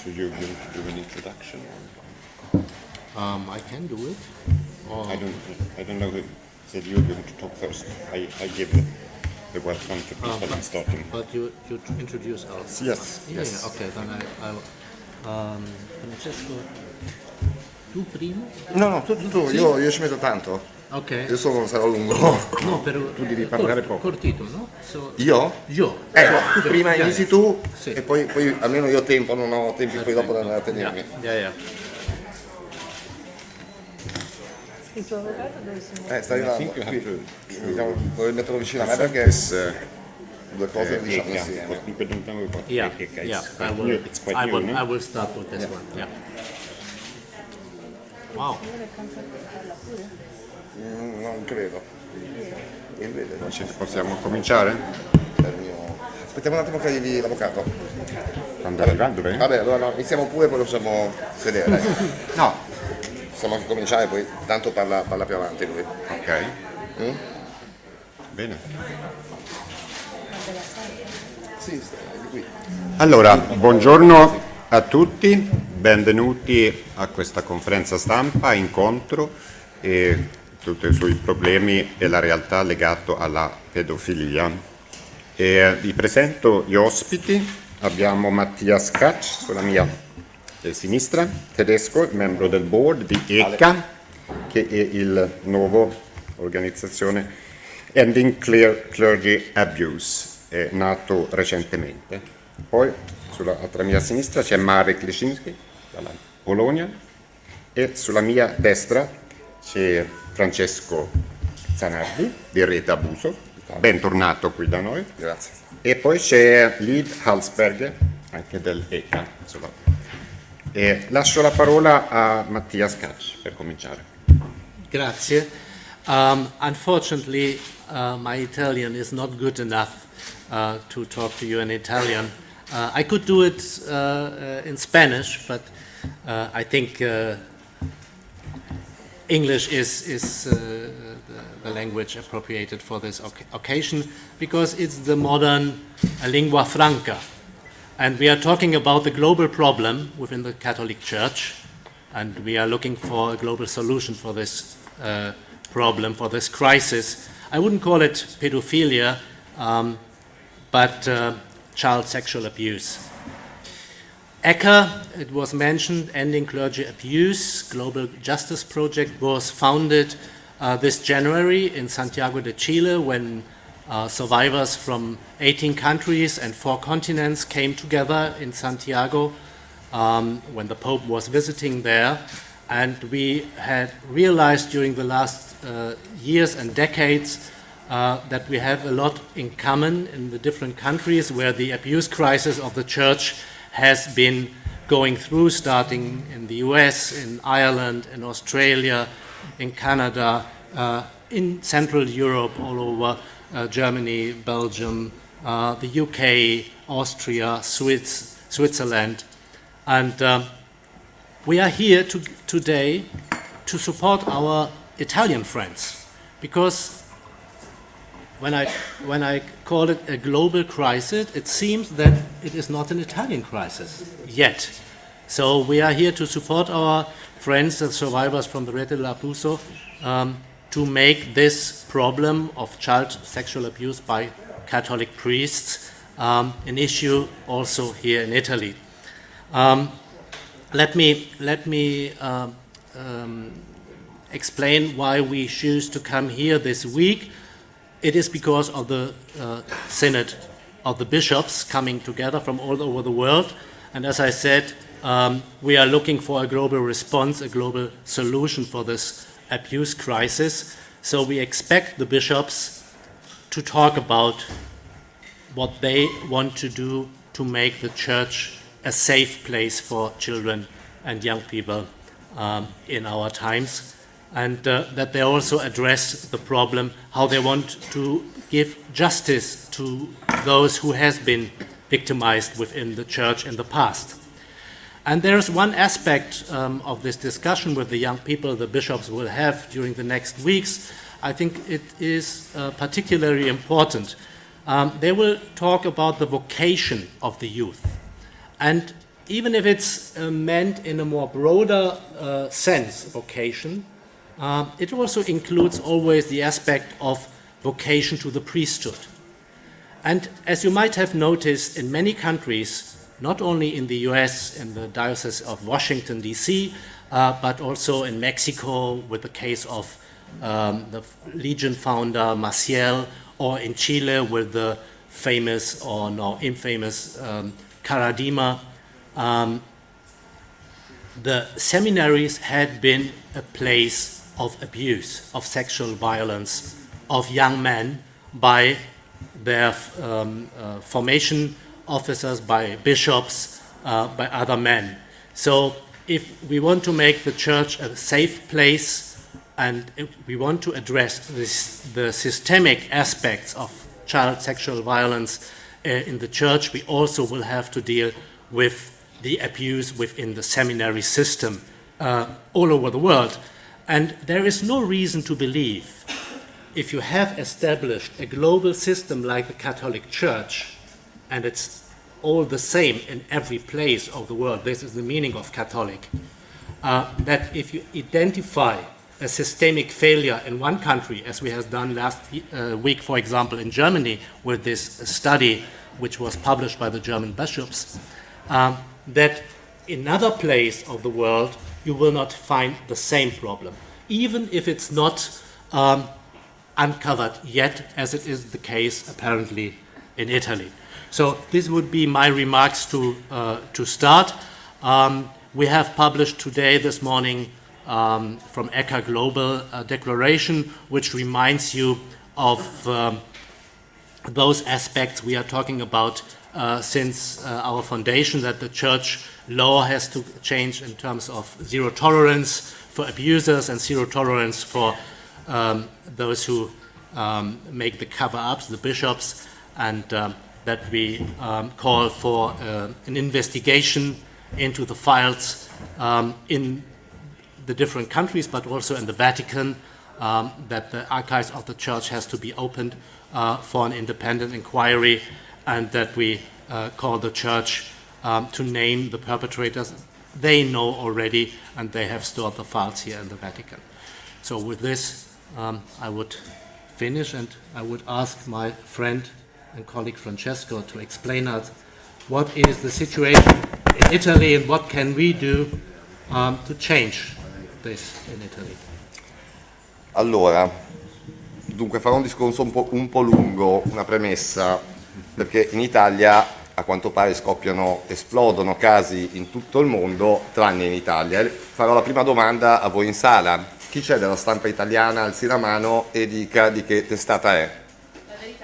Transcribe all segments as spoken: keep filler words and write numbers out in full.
to Jürgen to do an introduction? Um, I can do it. Or I don't. I don't know who said Jürgen to talk first. I, I give the, the welcome to people Uh, but- and starting. But you, you introduce us. Yes, Yeah, yes. yeah, okay, then I, I um, Francesco, tu primo? No, no, tu, tu, tu, io, io ci metto tanto. Ok. Io sono sarò lungo. No, per, Tu devi parlare cor- poco. Cortito, no? So, Io? io. Eh, Tu prima yeah, inizi tu Sì. e poi, poi almeno io ho tempo, non ho tempi poi dopo da andare a tenermi. Yeah, yeah. Il tuo avvocato dove si muove? Eh, sta I arrivando. think you have Qui. to Diciamo, dovevi metterlo vicino a me perché this uh, due cose uh, le diciamo Eka, insieme. because people don't know about Yeah, Eka. yeah. It's I quite will, new. It's quite I new, will, no? I will start with this one. Yeah. Wow. Io le canzoni parla pure. Mm, non credo. Il vede, non c'è Ci possiamo cominciare? il mio. Aspettiamo un attimo che arrivi l'avvocato. Quando arriva? Dov'è? Vabbè, allora no, iniziamo pure e poi lo facciamo sedere. dai. No. Possiamo anche cominciare, poi tanto parla, parla più avanti lui. Ok. Mm? Bene. Sì, sta- è di qui. Allora, buongiorno a tutti, benvenuti a questa conferenza stampa, incontro e tutti sui problemi e la realtà legato alla pedofilia. E vi presento gli ospiti, abbiamo Mattias Katsch sulla mia eh, sinistra, tedesco, membro del board di Eka, che è il nuovo organizzazione Ending Clear Clergy Abuse, è nato recentemente. Poi sulla altra mia sinistra c'è Marek Liszynski dalla Polonia e sulla mia destra c'è Francesco Zanardi di Rete Abuso, bentornato qui da noi. Grazie. E poi c'è Liv Halsberger, anche del Eka. Insomma. E lascio la parola a Mattias Katsch per cominciare. Grazie. Um, unfortunately, uh, my Italian is not good enough uh, to talk to you in Italian. Uh, I could do it uh, uh, in Spanish, but uh, I think uh, English is, is uh, the, the language appropriated for this oc- occasion because it's the modern uh, lingua franca. And we are talking about the global problem within the Catholic Church, and we are looking for a global solution for this uh, problem, for this crisis. I wouldn't call it pedophilia, um, but uh, child sexual abuse. ECHA, it was mentioned, Ending Clergy Abuse, Global Justice Project, was founded uh, this January in Santiago de Chile when uh, survivors from eighteen countries and four continents came together in Santiago um, when the Pope was visiting there. And we had realized during the last uh, years and decades uh, that we have a lot in common in the different countries where the abuse crisis of the Church has been going through, starting in the U S, in Ireland, in Australia, in Canada, uh, in Central Europe, all over uh, Germany, Belgium, uh, the U K, Austria, Swiss, Switzerland. And um, we are here to, today to support our Italian friends, because when I, when I call it a global crisis, it seems that it is not an Italian crisis yet. So we are here to support our friends and survivors from the Rete dell'Abuso um, to make this problem of child sexual abuse by Catholic priests um, an issue also here in Italy. Um, let me, let me um, um, explain why we choose to come here this week. It is because of the uh, Synod of the bishops coming together from all over the world. And as I said, um, we are looking for a global response, a global solution for this abuse crisis. So we expect the bishops to talk about what they want to do to make the church a safe place for children and young people um, in our times. And uh, that they also address the problem, how they want to give justice to those who has been victimized within the church in the past. And there's one aspect um, of this discussion with the young people the bishops will have during the next weeks. I think it is uh, particularly important. Um, they will talk about the vocation of the youth. And even if it's uh, meant in a more broader uh, sense, vocation, uh, it also includes always the aspect of vocation to the priesthood. And as you might have noticed, in many countries, not only in the U S, in the Diocese of Washington, D C, uh, but also in Mexico with the case of um, the Legion founder Maciel, or in Chile with the famous or now infamous um, Karadima, um, the seminaries had been a place of abuse, of sexual violence of young men by their um, uh, formation officers, by bishops, uh, by other men. So if we want to make the church a safe place and if we want to address this, the systemic aspects of child sexual violence uh, in the church, we also will have to deal with the abuse within the seminary system uh, all over the world. And there is no reason to believe, if you have established a global system like the Catholic Church, and it's all the same in every place of the world, this is the meaning of Catholic, uh, that if you identify a systemic failure in one country, as we have done last uh, week, for example, in Germany, with this study which was published by the German bishops, um, that in another place of the world you will not find the same problem, even if it's not um, uncovered yet, as it is the case apparently in Italy. So this would be my remarks to, uh, to start. Um, we have published today, this morning, um, from E C A Global, a declaration which reminds you of um, those aspects we are talking about uh, since uh, our foundation, that the church law has to change in terms of zero tolerance for abusers and zero tolerance for um, those who um, make the cover-ups, the bishops, and um, that we um, call for uh, an investigation into the files um, in the different countries, but also in the Vatican, um, that the archives of the church has to be opened uh, for an independent inquiry, and that we uh, call the church um, to name the perpetrators. They know already, and they have stored the files here in the Vatican. So with this, um, I would finish, and I would ask my friend and colleague Francesco to explain us what is the situation in Italy and what can we do um, to change this in Italy. Allora, dunque farò un discorso un po', un po' lungo, una premessa, perché in Italia a quanto pare scoppiano, esplodono casi in tutto il mondo, tranne in Italia. Farò la prima domanda a voi in sala. Chi c'è della stampa italiana? Alzi la mano e dica di che testata è. La Verità.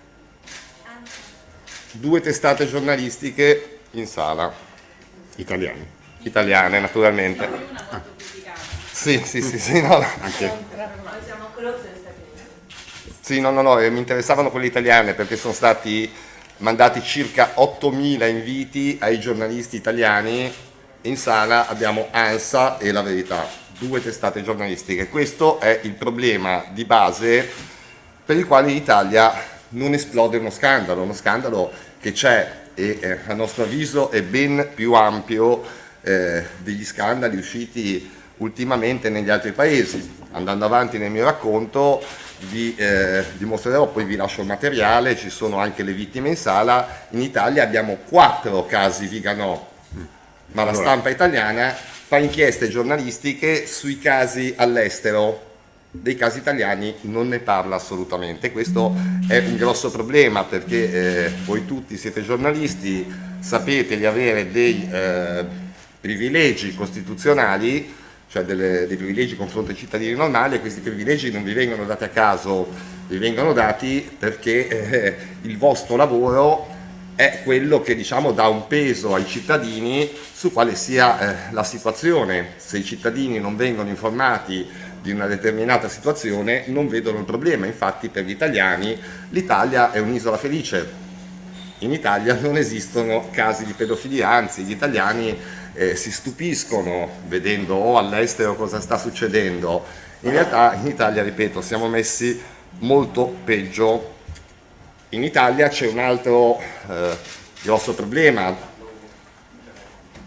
Due testate giornalistiche in sala. Italiani. Italiane, naturalmente. Una molto criticata. Sì, sì, sì, sì, no, no. Anche. Noi siamo close negli Stati Uniti. Sì, no, no, no, mi interessavano quelle italiane perché sono stati mandati circa ottomila inviti ai giornalisti italiani. In sala abbiamo ANSA e La Verità, due testate giornalistiche. Questo è il problema di base per il quale in Italia non esplode uno scandalo, uno scandalo che c'è e eh, a nostro avviso è ben più ampio eh, degli scandali usciti ultimamente negli altri paesi. Andando avanti nel mio racconto vi eh, dimostrerò, poi vi lascio il materiale, ci sono anche le vittime in sala. In Italia abbiamo quattro casi Viganò, ma la stampa italiana fa inchieste giornalistiche sui casi all'estero, dei casi italiani non ne parla assolutamente. Questo è un grosso problema perché eh, voi tutti siete giornalisti, sapete di avere dei eh, privilegi costituzionali, cioè delle, dei privilegi confronto ai cittadini normali, e questi privilegi non vi vengono dati a caso, vi vengono dati perché eh, il vostro lavoro è quello che, diciamo, dà un peso ai cittadini su quale sia eh, la situazione. Se i cittadini non vengono informati di una determinata situazione non vedono il problema. Infatti per gli italiani l'Italia è un'isola felice. In Italia non esistono casi di pedofilia, anzi gli italiani eh, si stupiscono vedendo oh, all'estero cosa sta succedendo. In realtà in Italia, ripeto, siamo messi molto peggio. In Italia c'è un altro eh, grosso problema.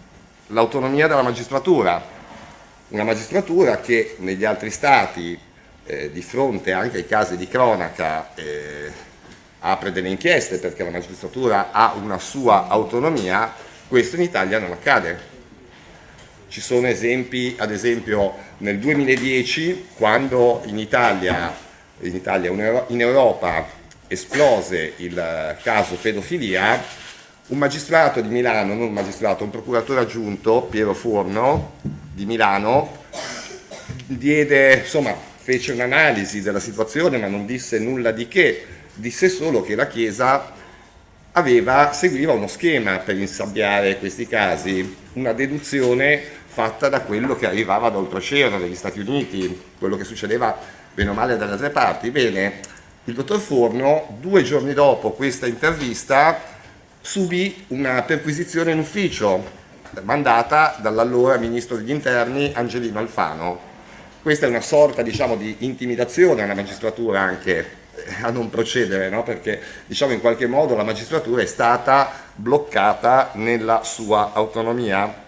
l'autonomia della magistratura, una magistratura che negli altri stati, eh, di fronte anche ai casi di cronaca, eh, apre delle inchieste perché la magistratura ha una sua autonomia. Questo in Italia non accade. Ci sono esempi, ad esempio nel duemiladieci, quando in Italia, in, Italia, in Europa esplose il caso pedofilia, un magistrato di Milano, non un magistrato, un procuratore aggiunto, Piero Forno, di Milano, diede, insomma, fece un'analisi della situazione, ma non disse nulla di che, disse solo che la Chiesa aveva, seguiva uno schema per insabbiare questi casi, una deduzione fatta da quello che arrivava da oltreoceano, dagli Stati Uniti, quello che succedeva bene o male dalle altre parti. Bene, il dottor Forno, due giorni dopo questa intervista, subì una perquisizione in ufficio mandata dall'allora ministro degli interni Angelino Alfano. Questa è una sorta, diciamo, di intimidazione alla magistratura anche a non procedere, no? Perché, diciamo, in qualche modo la magistratura è stata bloccata nella sua autonomia.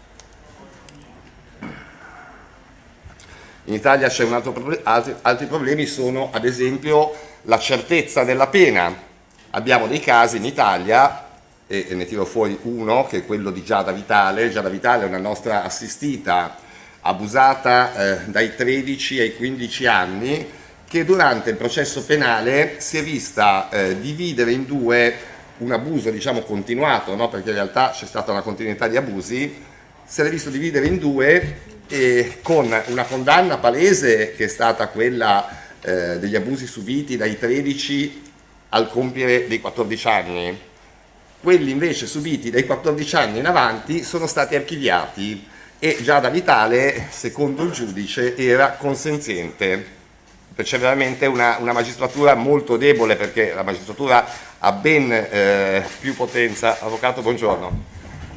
In Italia c'è un altro problem- altri, altri problemi sono, ad esempio, la certezza della pena. Abbiamo dei casi in Italia, e, e ne tiro fuori uno, che è quello di Giada Vitale. Giada Vitale è una nostra assistita abusata eh, dai tredici ai quindici anni, che durante il processo penale si è vista eh, dividere in due un abuso, diciamo, continuato, no? Perché in realtà c'è stata una continuità di abusi, si è visto dividere in due e con una condanna palese che è stata quella eh, degli abusi subiti dai tredici al compiere dei quattordici anni. Quelli invece subiti dai quattordici anni in avanti sono stati archiviati e Giada Vitale, secondo il giudice, era consenziente. C'è veramente una, una magistratura molto debole, perché la magistratura ha ben eh, più potenza. Avvocato, buongiorno.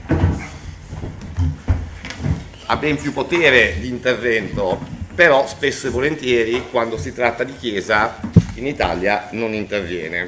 Ha ben più potere di intervento, però spesso e volentieri quando si tratta di Chiesa in Italia non interviene.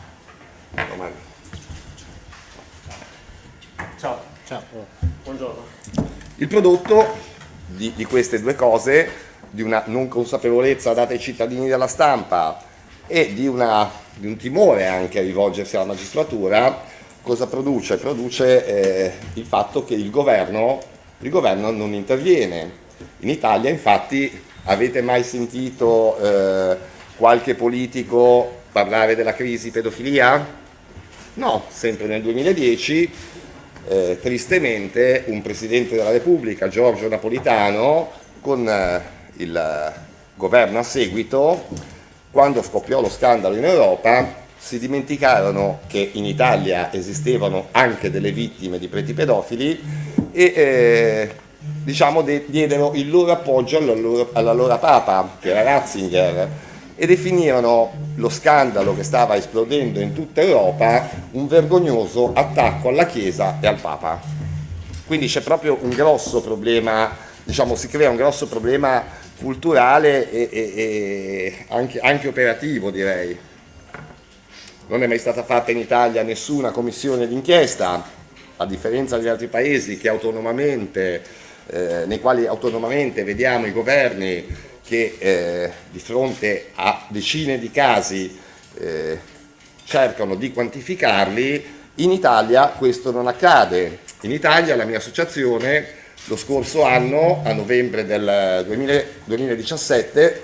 Ciao. Ciao. Buongiorno. Il prodotto di, di queste due cose, di una non consapevolezza data ai cittadini dalla stampa e di, una, di un timore anche a rivolgersi alla magistratura, cosa produce? Produce eh, il fatto che il governo, il governo non interviene. In Italia, infatti, avete mai sentito eh, qualche politico parlare della crisi pedofilia? No, sempre nel duemiladieci. Eh, tristemente un Presidente della Repubblica, Giorgio Napolitano, con eh, il governo a seguito, quando scoppiò lo scandalo in Europa, si dimenticarono che in Italia esistevano anche delle vittime di preti pedofili e eh, diciamo de- diedero il loro appoggio all'allora, all'allora Papa, che era Ratzinger, e definirono lo scandalo che stava esplodendo in tutta Europa un vergognoso attacco alla Chiesa e al Papa. Quindi c'è proprio un grosso problema, diciamo, si crea un grosso problema culturale e, e, e anche, anche operativo, direi. Non è mai stata fatta in Italia nessuna commissione d'inchiesta, a differenza degli altri paesi che autonomamente, eh, nei quali autonomamente vediamo i governi che eh, di fronte a decine di casi eh, cercano di quantificarli. In Italia questo non accade. In Italia la mia associazione lo scorso anno, a novembre del duemiladiciassette,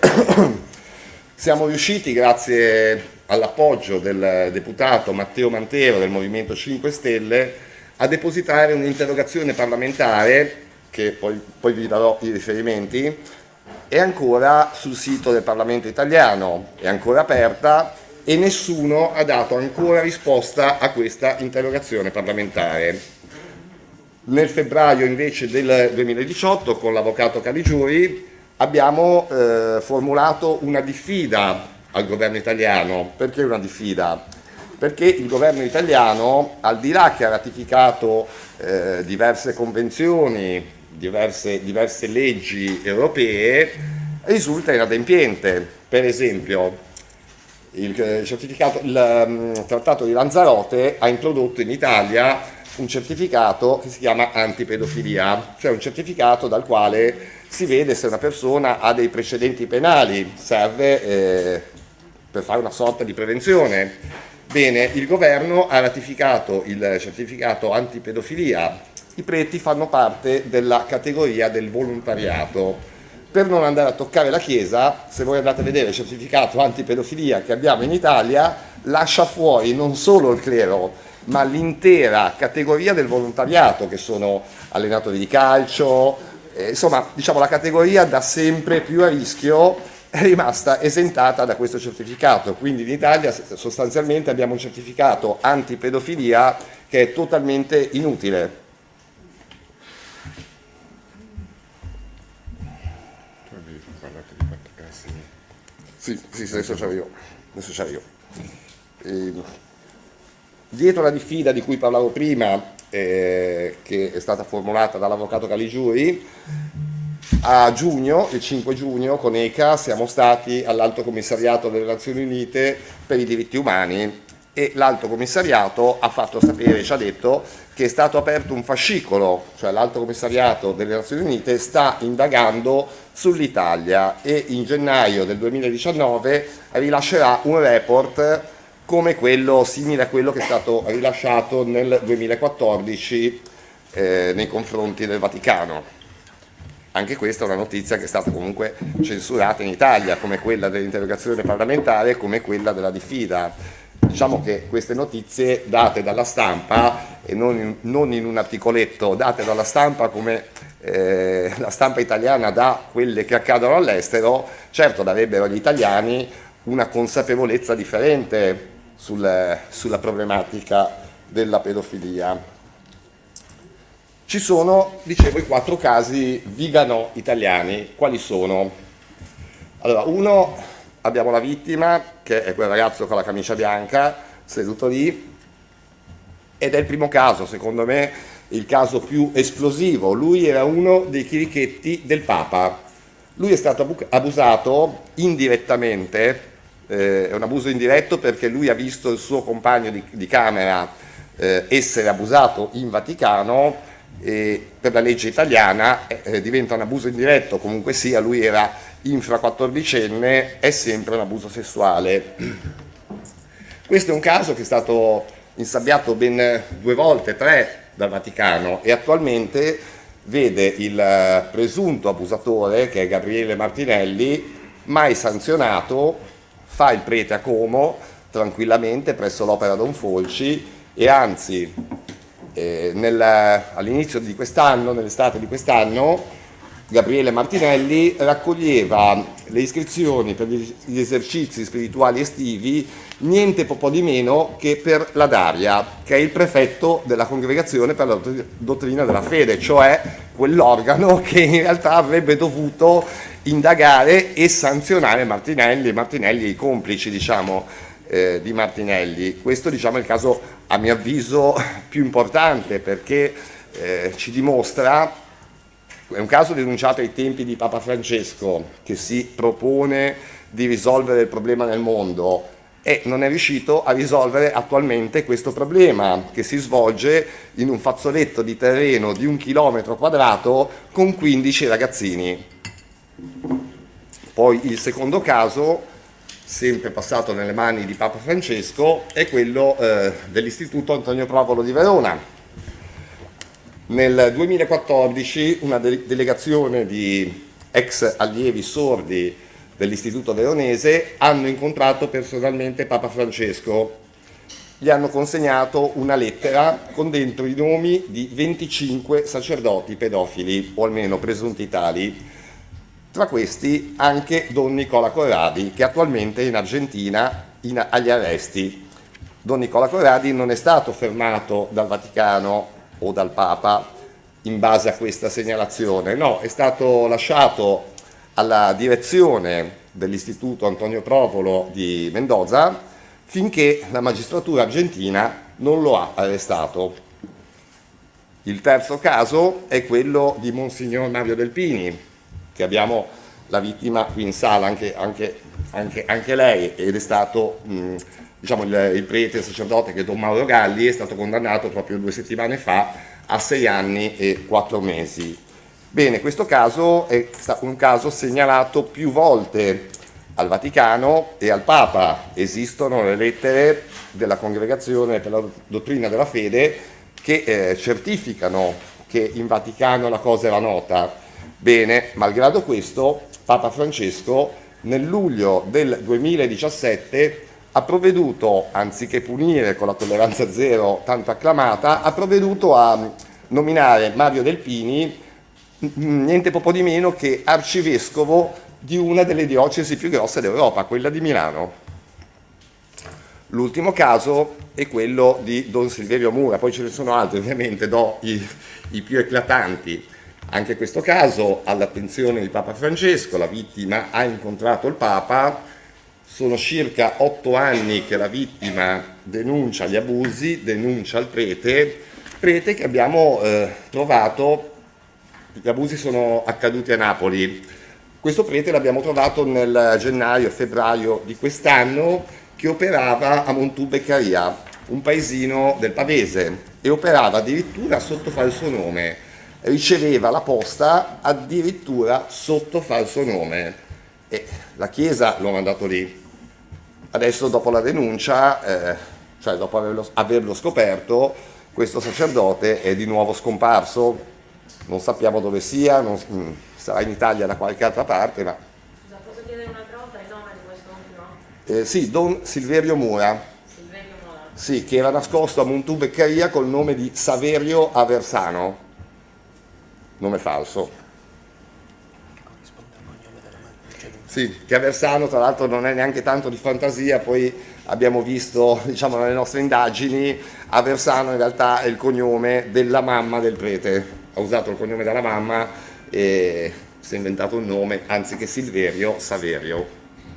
siamo riusciti, grazie all'appoggio del deputato Matteo Mantero del Movimento cinque Stelle, a depositare un'interrogazione parlamentare, che poi, poi vi darò i riferimenti, è ancora sul sito del Parlamento italiano, è ancora aperta e nessuno ha dato ancora risposta a questa interrogazione parlamentare. Nel febbraio invece del duemiladiciotto, con l'avvocato Caligiuri, abbiamo eh, formulato una diffida al governo italiano. Perché una diffida? Perché il governo italiano, al di là che ha ratificato eh, diverse convenzioni, diverse, diverse leggi europee, risulta inadempiente. Per esempio, il, certificato, il um, Trattato di Lanzarote ha introdotto in Italia un certificato che si chiama antipedofilia, cioè un certificato dal quale si vede se una persona ha dei precedenti penali, serve eh, per fare una sorta di prevenzione. Bene, il governo ha ratificato il certificato antipedofilia, i preti fanno parte della categoria del volontariato. Per non andare a toccare la Chiesa, se voi andate a vedere il certificato antipedofilia che abbiamo in Italia, lascia fuori non solo il clero, ma l'intera categoria del volontariato, che sono allenatori di calcio, eh, insomma, diciamo la categoria da sempre più a rischio è rimasta esentata da questo certificato. Quindi in Italia sostanzialmente abbiamo un certificato antipedofilia che è totalmente inutile. Sì, sì, adesso c'ero io. Adesso c'ero io. Eh, dietro la diffida di cui parlavo prima, eh, che è stata formulata dall'avvocato Caligiuri, a giugno, il cinque giugno, con E C A siamo stati all'Alto Commissariato delle Nazioni Unite per i diritti umani e l'Alto Commissariato ha fatto sapere, ci ha detto che è stato aperto un fascicolo, cioè l'Alto Commissariato delle Nazioni Unite sta indagando sull'Italia e in gennaio del duemiladiciannove rilascerà un report come quello, simile a quello che è stato rilasciato nel duemilaquattordici eh, nei confronti del Vaticano. Anche questa è una notizia che è stata comunque censurata in Italia, come quella dell'interrogazione parlamentare, come quella della diffida. Diciamo che queste notizie date dalla stampa, e non in, non in un articoletto, date dalla stampa come eh, la stampa italiana dà quelle che accadono all'estero, certo darebbero agli italiani una consapevolezza differente sul, sulla problematica della pedofilia. Ci sono, dicevo, i quattro casi Vigano italiani. Quali sono? Allora, uno, abbiamo la vittima, che è quel ragazzo con la camicia bianca, seduto lì, ed è il primo caso, secondo me, il caso più esplosivo. Lui era uno dei chirichetti del Papa. Lui è stato abusato indirettamente, eh, è un abuso indiretto perché lui ha visto il suo compagno di, di camera eh, essere abusato in Vaticano. E per la legge italiana eh, diventa un abuso indiretto, comunque sia, lui era infraquattordicenne, è sempre un abuso sessuale. Questo è un caso che è stato insabbiato ben due volte, tre dal Vaticano e attualmente vede il presunto abusatore, che è Gabriele Martinelli, mai sanzionato, fa il prete a Como tranquillamente presso l'Opera Don Folci e anzi Eh, nel, all'inizio di quest'anno, nell'estate di quest'anno, Gabriele Martinelli raccoglieva le iscrizioni per gli, gli esercizi spirituali estivi niente po' di meno che per la Daria, che è il prefetto della Congregazione per la Dottrina della Fede, cioè quell'organo che in realtà avrebbe dovuto indagare e sanzionare Martinelli, Martinelli e i complici, diciamo, eh, di Martinelli. Questo, diciamo, è il caso a mio avviso più importante perché eh, ci dimostra, è un caso denunciato ai tempi di Papa Francesco che si propone di risolvere il problema nel mondo e non è riuscito a risolvere attualmente questo problema che si svolge in un fazzoletto di terreno di un chilometro quadrato con quindici ragazzini. Poi il secondo caso, sempre passato nelle mani di Papa Francesco, è quello eh, dell'Istituto Antonio Provolo di Verona. Nel duemilaquattordici una de- delegazione di ex allievi sordi dell'Istituto Veronese hanno incontrato personalmente Papa Francesco. Gli hanno consegnato una lettera con dentro i nomi di venticinque sacerdoti pedofili, o almeno presunti tali. Tra questi anche Don Nicola Corradi, che attualmente è in Argentina in, agli arresti. Don Nicola Corradi non è stato fermato dal Vaticano o dal Papa in base a questa segnalazione, no, è stato lasciato alla direzione dell'Istituto Antonio Provolo di Mendoza finché la magistratura argentina non lo ha arrestato. Il terzo caso è quello di Monsignor Mario Delpini, che abbiamo la vittima qui in sala, anche, anche, anche, anche lei, ed è stato mh, diciamo, il, il prete, il sacerdote che è Don Mauro Galli, è stato condannato proprio due settimane fa a sei anni e quattro mesi. Bene, questo caso è un caso segnalato più volte al Vaticano e al Papa. Esistono le lettere della Congregazione per la Dottrina della Fede che eh, certificano che in Vaticano la cosa era nota. Bene, malgrado questo, Papa Francesco nel luglio del duemiladiciassette ha provveduto, anziché punire con la tolleranza zero tanto acclamata, ha provveduto a nominare Mario Delpini, niente poco di meno che arcivescovo di una delle diocesi più grosse d'Europa, quella di Milano. L'ultimo caso è quello di Don Silverio Mura, poi ce ne sono altri, ovviamente do i, i più eclatanti. Anche questo caso all'attenzione di Papa Francesco, la vittima ha incontrato il Papa, sono circa otto anni che la vittima denuncia gli abusi, denuncia il prete, prete che abbiamo eh, trovato, gli abusi sono accaduti a Napoli, questo prete l'abbiamo trovato nel gennaio e febbraio di quest'anno che operava a Montù Beccaria, un paesino del Pavese, e operava addirittura sotto falso nome, riceveva la posta addirittura sotto falso nome e la Chiesa lo ha mandato lì. Adesso dopo la denuncia, eh, cioè dopo averlo, averlo scoperto, questo sacerdote è di nuovo scomparso, non sappiamo dove sia, non, mh, sarà in Italia da qualche altra parte, ma... Scusa, posso chiedere un'altra volta il nome di questo ultimo? Eh, sì, Don Silverio Mura, Silverio Mura. sì, che era nascosto a Montù Beccaria col nome di Saverio Aversano, nome falso. Sì, che Aversano tra l'altro non è neanche tanto di fantasia, poi abbiamo visto, diciamo, nelle nostre indagini, Aversano in realtà è il cognome della mamma del prete, ha usato il cognome della mamma e si è inventato un nome, anziché Silverio, Saverio.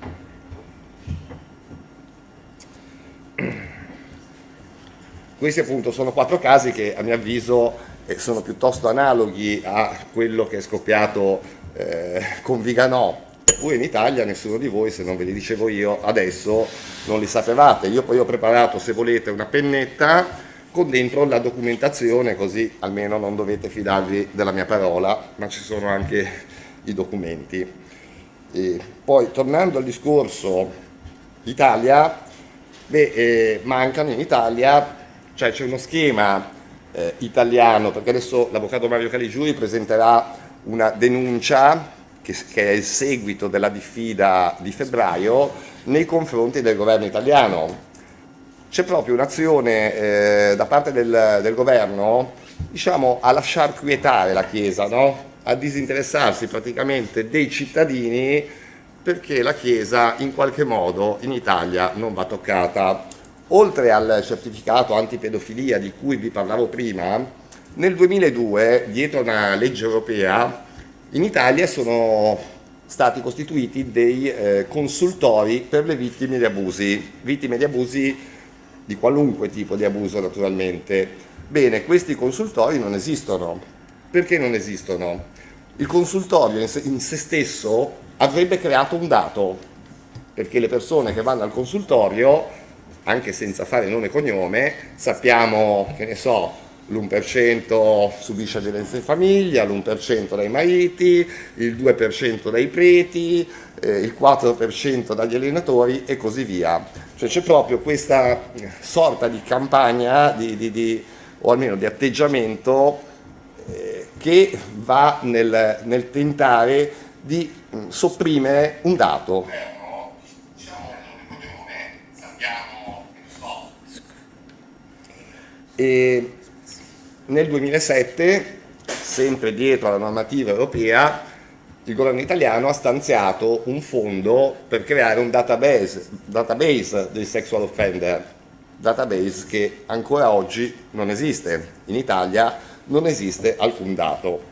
Questi appunto sono quattro casi che a mio avviso sono piuttosto analoghi a quello che è scoppiato eh, con Viganò. Eppure in Italia nessuno di voi, se non ve li dicevo io adesso, non li sapevate. Io poi ho preparato, se volete, una pennetta con dentro la documentazione, così almeno non dovete fidarvi della mia parola, ma ci sono anche i documenti. E poi, tornando al discorso Italia, beh, eh, mancano in Italia, cioè c'è uno schema eh, italiano, perché adesso l'avvocato Mario Caligiuri presenterà una denuncia che, che è il seguito della diffida di febbraio nei confronti del governo italiano. C'è proprio un'azione eh, da parte del, del governo, diciamo, a lasciar quietare la Chiesa, no? A disinteressarsi praticamente dei cittadini, perché la Chiesa in qualche modo in Italia non va toccata. Oltre al certificato antipedofilia di cui vi parlavo prima, nel duemiladue, dietro una legge europea, in Italia sono stati costituiti dei eh, consultori per le vittime di abusi, vittime di abusi di qualunque tipo di abuso naturalmente. Bene, questi consultori non esistono. Perché non esistono? Il consultorio in se, in se stesso avrebbe creato un dato, perché le persone che vanno al consultorio, anche senza fare nome e cognome, sappiamo, che ne so, l'uno per cento subisce violenza in famiglia, l'uno per cento dai mariti, il due per cento dai preti, eh, il quattro per cento dagli allenatori e così via. Cioè c'è proprio questa sorta di campagna, di, di, di, o almeno di atteggiamento, eh, che va nel, nel tentare di mh, sopprimere un dato. E nel duemilasette, sempre dietro alla normativa europea, il governo italiano ha stanziato un fondo per creare un database, database dei sexual offender, database che ancora oggi non esiste. In Italia non esiste alcun dato.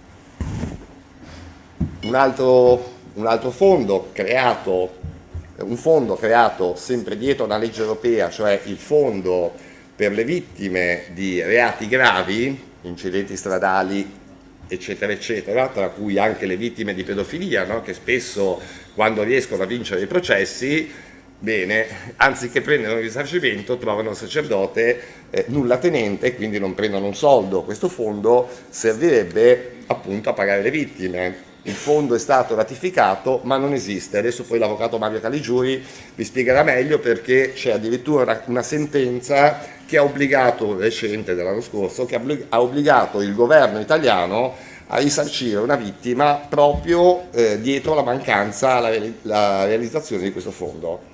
Un altro, un altro fondo creato, un fondo creato sempre dietro una legge europea, cioè il fondo per le vittime di reati gravi, incidenti stradali, eccetera, eccetera, tra cui anche le vittime di pedofilia, no? Che spesso, quando riescono a vincere i processi, Bene, anziché prendere un risarcimento trovano il sacerdote eh, nulla tenente, quindi non prendono un soldo. Questo fondo servirebbe appunto a pagare le vittime. Il fondo è stato ratificato ma non esiste. Adesso poi l'avvocato Mario Caligiuri vi spiegherà meglio, perché c'è addirittura una, una sentenza che ha obbligato, recente dell'anno scorso, che ha obbligato il governo italiano a risarcire una vittima proprio eh, dietro la mancanza alla la realizzazione di questo fondo.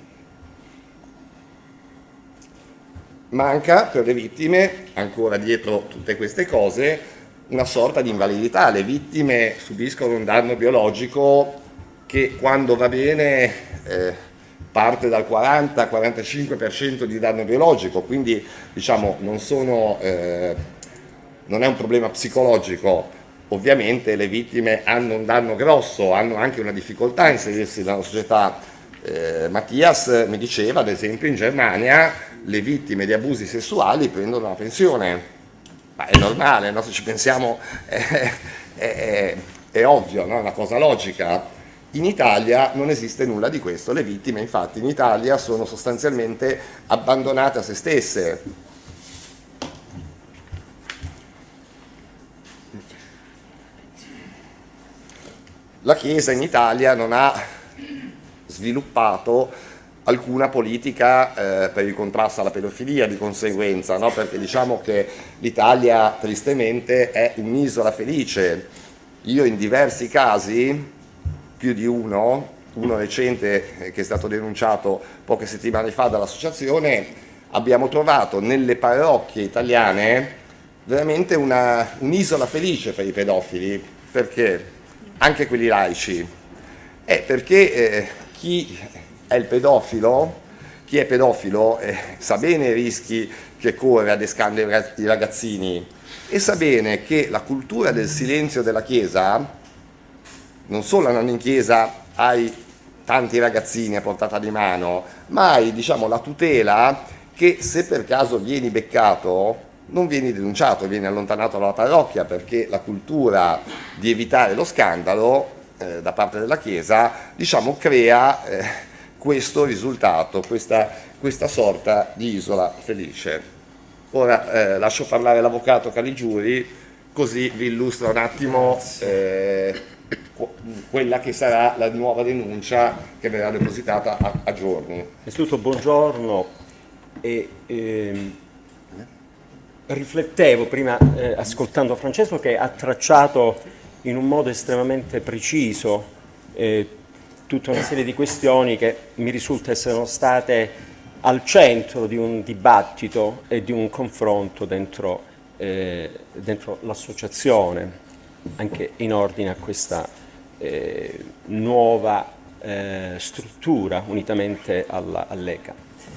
Manca per le vittime, ancora dietro tutte queste cose, una sorta di invalidità. Le vittime subiscono un danno biologico che, quando va bene, eh, parte dal quaranta quarantacinque per cento di danno biologico, quindi diciamo non, sono, eh, non è un problema psicologico. Ovviamente le vittime hanno un danno grosso, hanno anche una difficoltà a inserirsi nella società. Eh, Mattias mi diceva, ad esempio, in Germania le vittime di abusi sessuali prendono una pensione, ma è normale, no? Se ci pensiamo è, è, è, è ovvio, no? È una cosa logica. In Italia non esiste nulla di questo, le vittime infatti in Italia sono sostanzialmente abbandonate a se stesse. La Chiesa in Italia non ha sviluppato alcuna politica eh, per il contrasto alla pedofilia, di conseguenza, no? Perché diciamo che l'Italia tristemente è un'isola felice. Io in diversi casi, più di uno, uno recente eh, che è stato denunciato poche settimane fa dall'associazione, abbiamo trovato nelle parrocchie italiane veramente una, un'isola felice per i pedofili. Perché? Anche quelli laici. È perché eh, chi è il pedofilo, chi è pedofilo eh, sa bene i rischi che corre adescando i ragazzini, e sa bene che la cultura del silenzio della Chiesa, non solo andando in chiesa hai tanti ragazzini a portata di mano, ma hai, diciamo, la tutela che, se per caso vieni beccato, non vieni denunciato, vieni allontanato dalla parrocchia, perché la cultura di evitare lo scandalo eh, da parte della Chiesa, diciamo, crea eh, questo risultato, questa, questa sorta di isola felice. Ora eh, lascio parlare l'avvocato Caligiuri, così vi illustra un attimo eh, quella che sarà la nuova denuncia che verrà depositata a, a giorni. Innanzitutto buongiorno, e ehm, riflettevo prima eh, ascoltando Francesco, che ha tracciato in un modo estremamente preciso eh, tutta una serie di questioni che mi risulta essere state al centro di un dibattito e di un confronto dentro, eh, dentro l'associazione, anche in ordine a questa eh, nuova eh, struttura unitamente alla, all'E C A.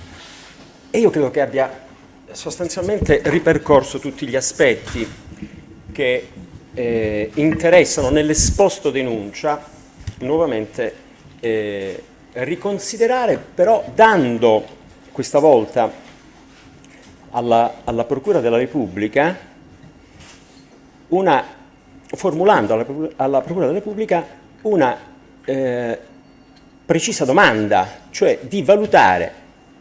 E io credo che abbia sostanzialmente ripercorso tutti gli aspetti che eh, interessano nell'esposto denuncia, nuovamente eh, riconsiderare, però dando questa volta alla, alla Procura della Repubblica una, formulando alla, alla Procura della Repubblica una eh, precisa domanda, cioè di valutare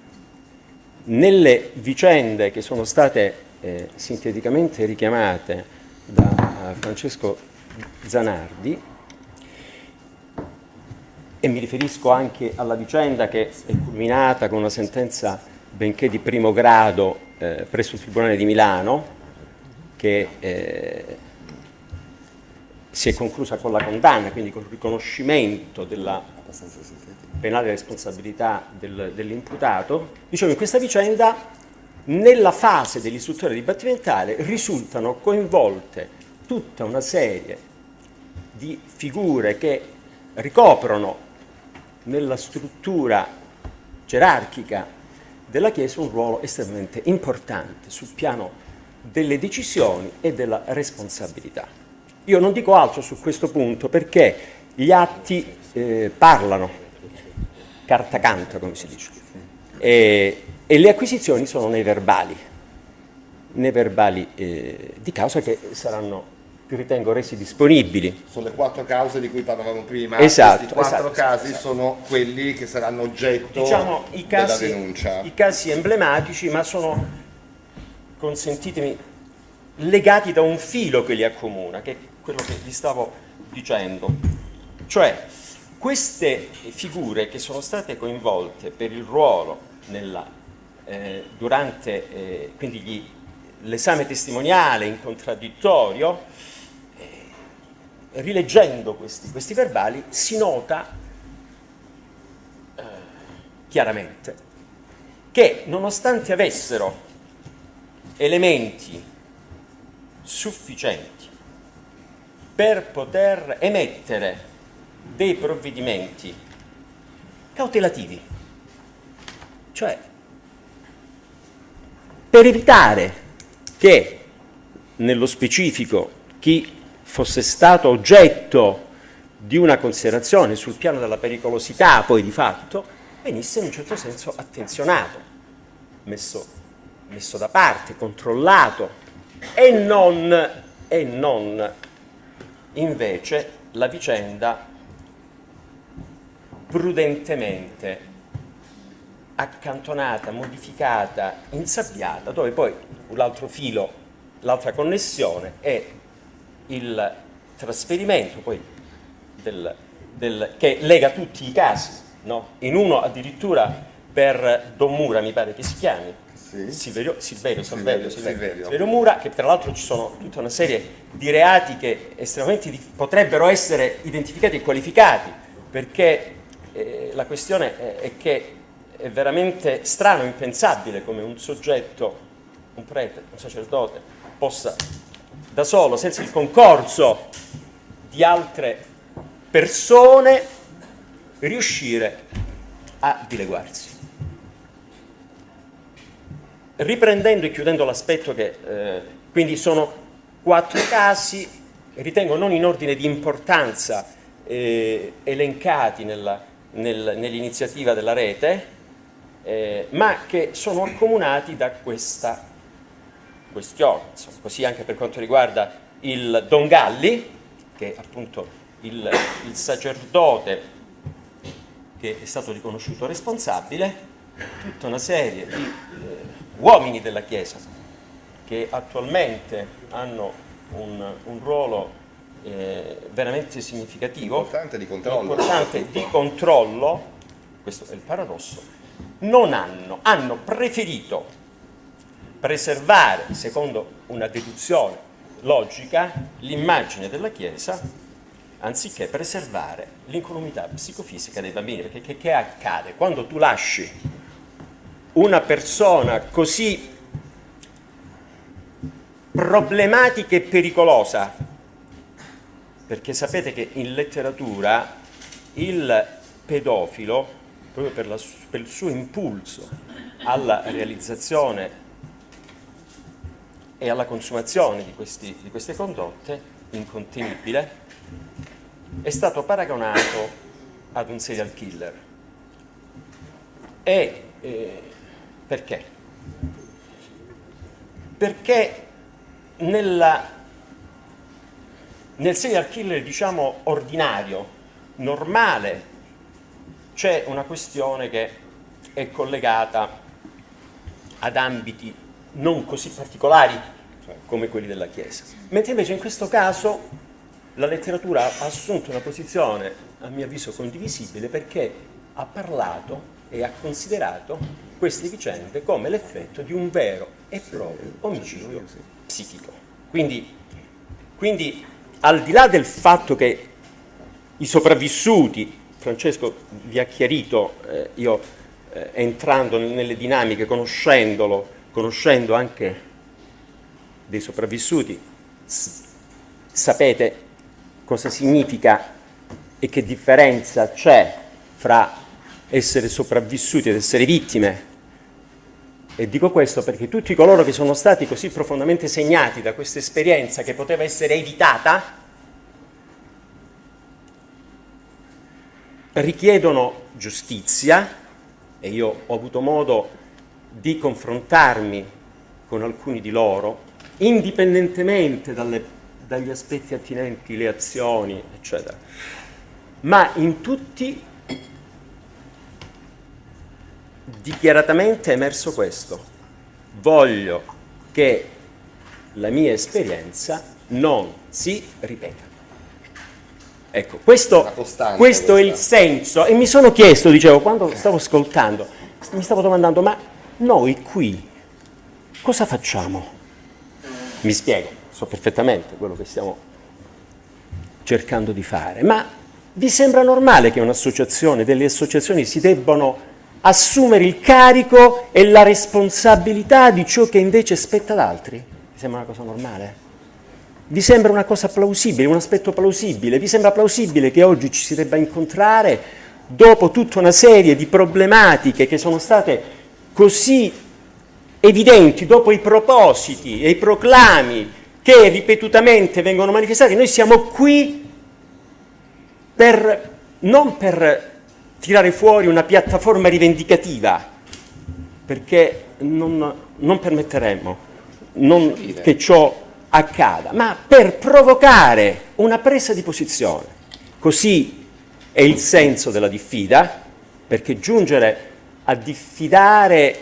nelle vicende che sono state eh, sinteticamente richiamate da uh, Francesco Zanardi, e mi riferisco anche alla vicenda che è culminata con una sentenza, benché di primo grado, eh, presso il Tribunale di Milano, che eh, si è conclusa con la condanna, quindi con il riconoscimento della penale responsabilità del, dell'imputato. Dicevo, in questa vicenda, nella fase dell'istruttoria dibattimentale, risultano coinvolte tutta una serie di figure che ricoprono nella struttura gerarchica della Chiesa un ruolo estremamente importante sul piano delle decisioni e della responsabilità. Io non dico altro su questo punto, perché gli atti eh, parlano, carta canta, come si dice, e, e le acquisizioni sono nei verbali, nei verbali eh, di causa, che saranno ritengo resi disponibili. Sono le quattro cause di cui parlavamo prima. Esatto, Questi quattro esatto, casi esatto. sono quelli che saranno oggetto Diciamo i casi, della denuncia. i casi emblematici, ma sono, consentitemi, legati da un filo che li accomuna, che è quello che vi stavo dicendo. Cioè, queste figure che sono state coinvolte per il ruolo nella, eh, durante eh, quindi gli, l'esame testimoniale in contraddittorio, eh, rileggendo questi, questi verbali, si nota eh, chiaramente che nonostante avessero elementi sufficienti per poter emettere dei provvedimenti cautelativi, cioè per evitare che nello specifico chi fosse stato oggetto di una considerazione sul piano della pericolosità poi di fatto venisse in un certo senso attenzionato, messo, messo da parte, controllato e non, e non invece la vicenda prudentemente accantonata, modificata, insabbiata, dove poi l'altro filo, l'altra connessione è il trasferimento poi del, del, che lega tutti i casi, no? In uno addirittura per Don Mura, mi pare che si chiami, Sì. Silverio, Silverio, Silverio, Silverio, Silverio, Silverio. Silverio Mura, che tra l'altro ci sono tutta una serie di reati che estremamente di, potrebbero essere identificati e qualificati, perché eh, la questione è, è che è veramente strano, impensabile come un soggetto, un prete, un sacerdote, possa da solo, senza il concorso di altre persone, riuscire a dileguarsi. Riprendendo e chiudendo l'aspetto che eh, quindi sono quattro casi, ritengo non in ordine di importanza eh, elencati nella, nel, nell'iniziativa della rete, eh, ma che sono accomunati da questa questione. Insomma, così anche per quanto riguarda il Don Galli, che è appunto il, il sacerdote che è stato riconosciuto responsabile, tutta una serie di eh, uomini della Chiesa che attualmente hanno un, un ruolo eh, veramente significativo, Importante di controllo. importante di controllo, questo è il paradosso, non hanno, hanno preferito preservare, secondo una deduzione logica, l'immagine della Chiesa anziché preservare l'incolumità psicofisica dei bambini. Perché che, che accade? Quando tu lasci una persona così problematica e pericolosa, perché sapete che in letteratura il pedofilo, proprio per, la, per il suo impulso alla realizzazione e alla consumazione di, questi, di queste condotte, incontenibile, è stato paragonato ad un serial killer. E eh, perché? Perché nella, nel serial killer, diciamo, ordinario, normale, c'è una questione che è collegata ad ambiti non così particolari come quelli della Chiesa. Mentre invece in questo caso la letteratura ha assunto una posizione, a mio avviso, condivisibile, perché ha parlato e ha considerato queste vicende come l'effetto di un vero e proprio omicidio psichico. Quindi, quindi al di là del fatto che i sopravvissuti, Francesco vi ha chiarito, eh, io eh, entrando nelle dinamiche, conoscendolo, conoscendo anche dei sopravvissuti, s- sapete cosa significa e che differenza c'è fra essere sopravvissuti ed essere vittime. E dico questo perché tutti coloro che sono stati così profondamente segnati da questa esperienza che poteva essere evitata richiedono giustizia, e io ho avuto modo di confrontarmi con alcuni di loro, indipendentemente dalle dagli aspetti attinenti le azioni, eccetera. Ma in tutti dichiaratamente è emerso questo: voglio che la mia esperienza non si ripeta. Ecco, questo, questo è il senso. E mi sono chiesto, dicevo, quando stavo ascoltando, mi stavo domandando, ma noi qui cosa facciamo? Mi spiego, so perfettamente quello che stiamo cercando di fare, ma vi sembra normale che un'associazione, delle associazioni si debbano assumere il carico e la responsabilità di ciò che invece spetta ad altri? Vi sembra una cosa normale? Vi sembra una cosa plausibile, un aspetto plausibile? Vi sembra plausibile che oggi ci si debba incontrare dopo tutta una serie di problematiche che sono state così evidenti, dopo i propositi e i proclami che ripetutamente vengono manifestati? Noi siamo qui per, non per tirare fuori una piattaforma rivendicativa, perché non, non permetteremo non, che ciò accada, ma per provocare una presa di posizione. Così è il senso della diffida, perché giungere a diffidare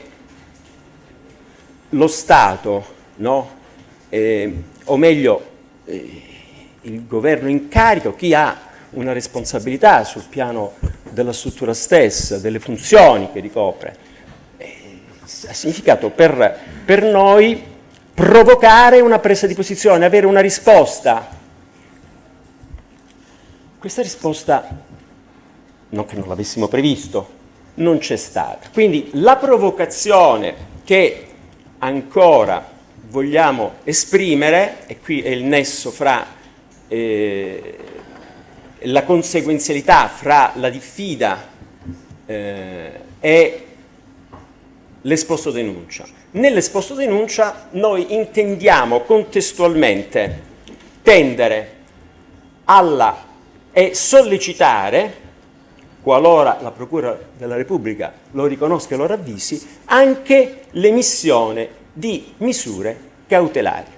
lo Stato, no? eh, o meglio eh, il governo in carica, chi ha una responsabilità sul piano della struttura stessa, delle funzioni che ricopre, eh, ha significato per, per noi provocare una presa di posizione, avere una risposta. Questa risposta, non che non l'avessimo previsto, non c'è stata. Quindi la provocazione che ancora vogliamo esprimere, e qui è il nesso fra eh, la conseguenzialità fra la diffida eh, e l'esposto denuncia. Nell'esposto denuncia noi intendiamo contestualmente tendere alla e sollecitare, qualora la Procura della Repubblica lo riconosca e lo ravvisi, anche l'emissione di misure cautelari.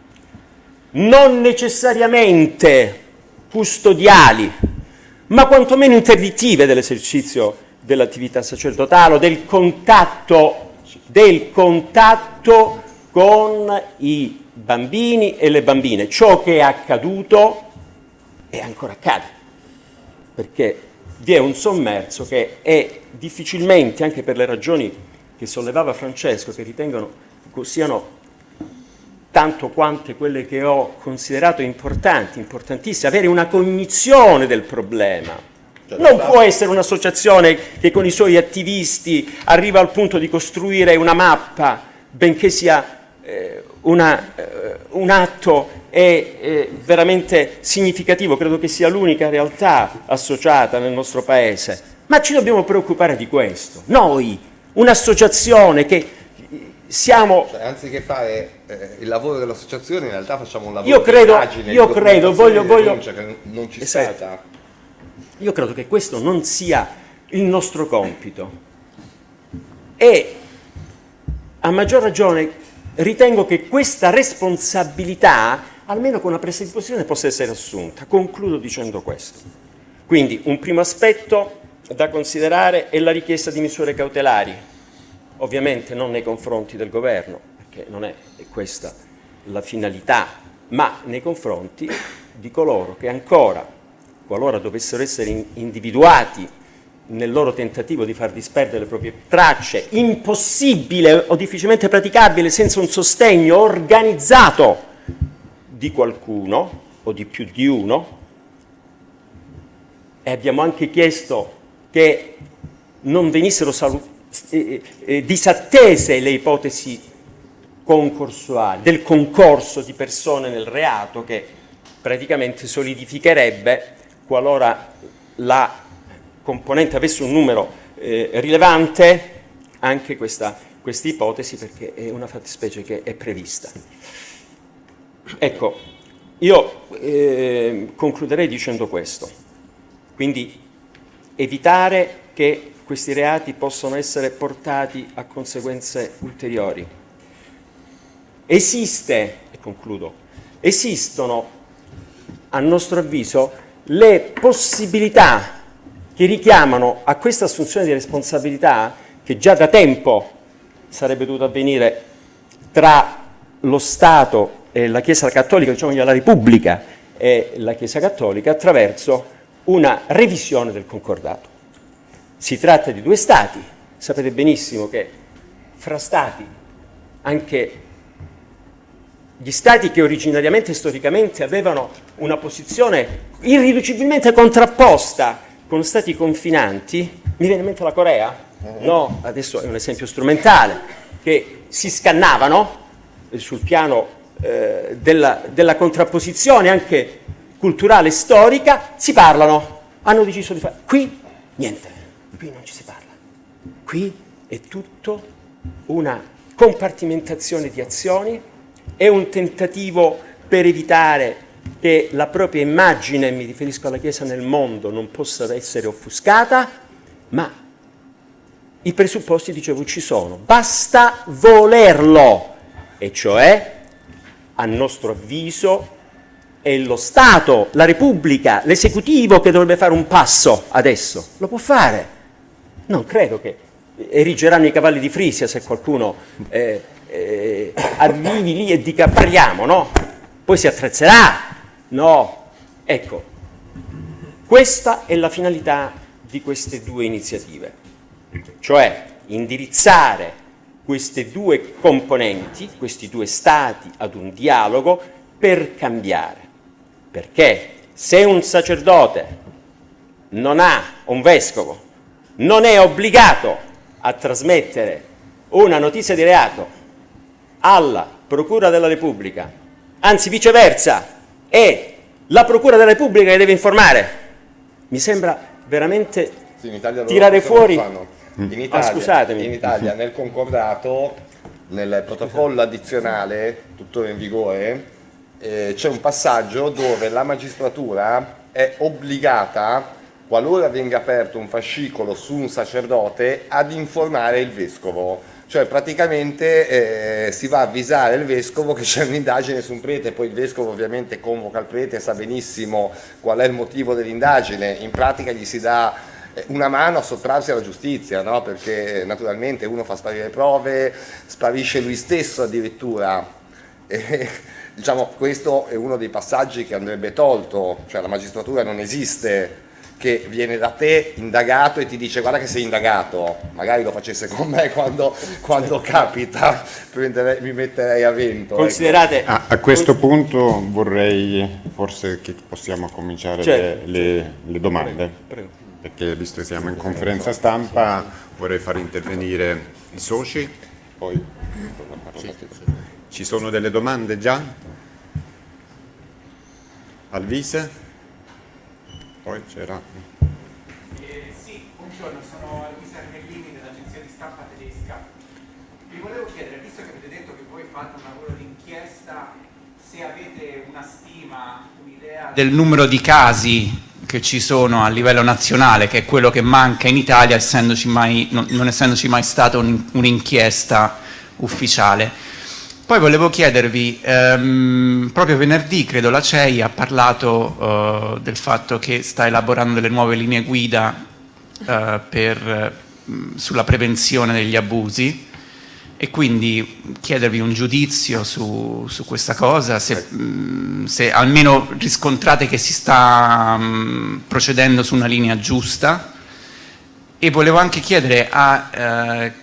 Non necessariamente custodiali, ma quantomeno interdittive dell'esercizio dell'attività sacerdotale o del contatto del contatto con i bambini e le bambine. Ciò che è accaduto e ancora accade, perché vi è un sommerso che è difficilmente, anche per le ragioni che sollevava Francesco, che ritengono siano tanto quante quelle che ho considerato importanti, importantissime, avere una cognizione del problema. Non può essere un'associazione che con i suoi attivisti arriva al punto di costruire una mappa, benché sia eh, una, eh, un atto è eh, veramente significativo, credo che sia l'unica realtà associata nel nostro paese. Ma ci dobbiamo preoccupare di questo. Noi, un'associazione che siamo... Cioè, anziché fare eh, il lavoro dell'associazione, in realtà facciamo un lavoro io credo, di pagine, io di credo, voglio, voglio... denuncia, che non ci esatto. spetta. Io credo che questo non sia il nostro compito e a maggior ragione ritengo che questa responsabilità, almeno con una presa di posizione, possa essere assunta. Concludo dicendo questo. Quindi un primo aspetto da considerare è la richiesta di misure cautelari, ovviamente non nei confronti del governo, perché non è questa la finalità, ma nei confronti di coloro che ancora, qualora dovessero essere individuati nel loro tentativo di far disperdere le proprie tracce, impossibile o difficilmente praticabile senza un sostegno organizzato di qualcuno o di più di uno, e abbiamo anche chiesto che non venissero salu- eh, eh, disattese le ipotesi concorsuali, del concorso di persone nel reato, che praticamente solidificherebbe, qualora la componente avesse un numero eh, rilevante, anche questa questa ipotesi, perché è una fattispecie che è prevista. Ecco, io eh, concluderei dicendo questo. Quindi evitare che questi reati possano essere portati a conseguenze ulteriori. Esiste, e concludo, esistono a nostro avviso, le possibilità che richiamano a questa assunzione di responsabilità, che già da tempo sarebbe dovuto avvenire tra lo Stato e la Chiesa Cattolica, diciamo la Repubblica e la Chiesa Cattolica, attraverso una revisione del concordato. Si tratta di due Stati, sapete benissimo che fra Stati, anche gli Stati che originariamente e storicamente avevano una posizione irriducibilmente contrapposta con Stati confinanti, mi viene in mente la Corea, no, adesso è un esempio strumentale, che si scannavano sul piano eh, della, della contrapposizione anche culturale e storica, si parlano, hanno deciso di fare. Qui niente, qui non ci si parla, qui è tutto una compartimentazione di azioni, è un tentativo per evitare che la propria immagine, mi riferisco alla Chiesa nel mondo, non possa essere offuscata, ma i presupposti, dicevo, ci sono. Basta volerlo, e cioè, a nostro avviso, è lo Stato, la Repubblica, l'esecutivo che dovrebbe fare un passo adesso. Lo può fare. Non credo che erigeranno i cavalli di Frisia se qualcuno eh, eh, arrivi lì e dica parliamo, no? Poi si attrezzerà. No, ecco, questa è la finalità di queste due iniziative, cioè indirizzare queste due componenti, questi due stati ad un dialogo per cambiare, perché se un sacerdote non ha, un vescovo, non è obbligato a trasmettere una notizia di reato alla Procura della Repubblica, anzi viceversa, è la Procura della Repubblica che deve informare. Mi sembra veramente sì, in Italia tirare fuori... In Italia, ah, scusatemi. In Italia, nel concordato, nel protocollo addizionale, tuttora in vigore, eh, c'è un passaggio dove la magistratura è obbligata, qualora venga aperto un fascicolo su un sacerdote, ad informare il vescovo. Cioè praticamente eh, si va a avvisare il vescovo che c'è un'indagine su un prete, poi il vescovo ovviamente convoca il prete, sa benissimo qual è il motivo dell'indagine, in pratica gli si dà una mano a sottrarsi alla giustizia, no? Perché naturalmente uno fa sparire prove, sparisce lui stesso addirittura. E, diciamo, questo è uno dei passaggi che andrebbe tolto, cioè la magistratura non esiste che viene da te indagato e ti dice guarda che sei indagato, magari lo facesse con me quando, quando capita, mi metterei a vento. Considerate, ecco. a, a questo punto vorrei forse che possiamo cominciare certo. le, le, le domande, prego, prego. Perché visto che siamo in conferenza stampa vorrei far intervenire i soci, poi sì. Ci sono delle domande già? Al vice? Poi c'era. Eh, sì, buongiorno, sono Luisa Armellini dell'agenzia di stampa tedesca. Vi volevo chiedere, visto che avete detto che voi fate un lavoro di inchiesta, se avete una stima, un'idea del numero di casi che ci sono a livello nazionale, che è quello che manca in Italia, essendoci mai, non, non essendoci mai stata un, un'inchiesta ufficiale. Poi volevo chiedervi, ehm, proprio venerdì credo la C E I ha parlato eh, del fatto che sta elaborando delle nuove linee guida eh, per, mh, sulla prevenzione degli abusi e quindi chiedervi un giudizio su, su questa cosa, se, mh, se almeno riscontrate che si sta mh, procedendo su una linea giusta, e volevo anche chiedere a... Eh,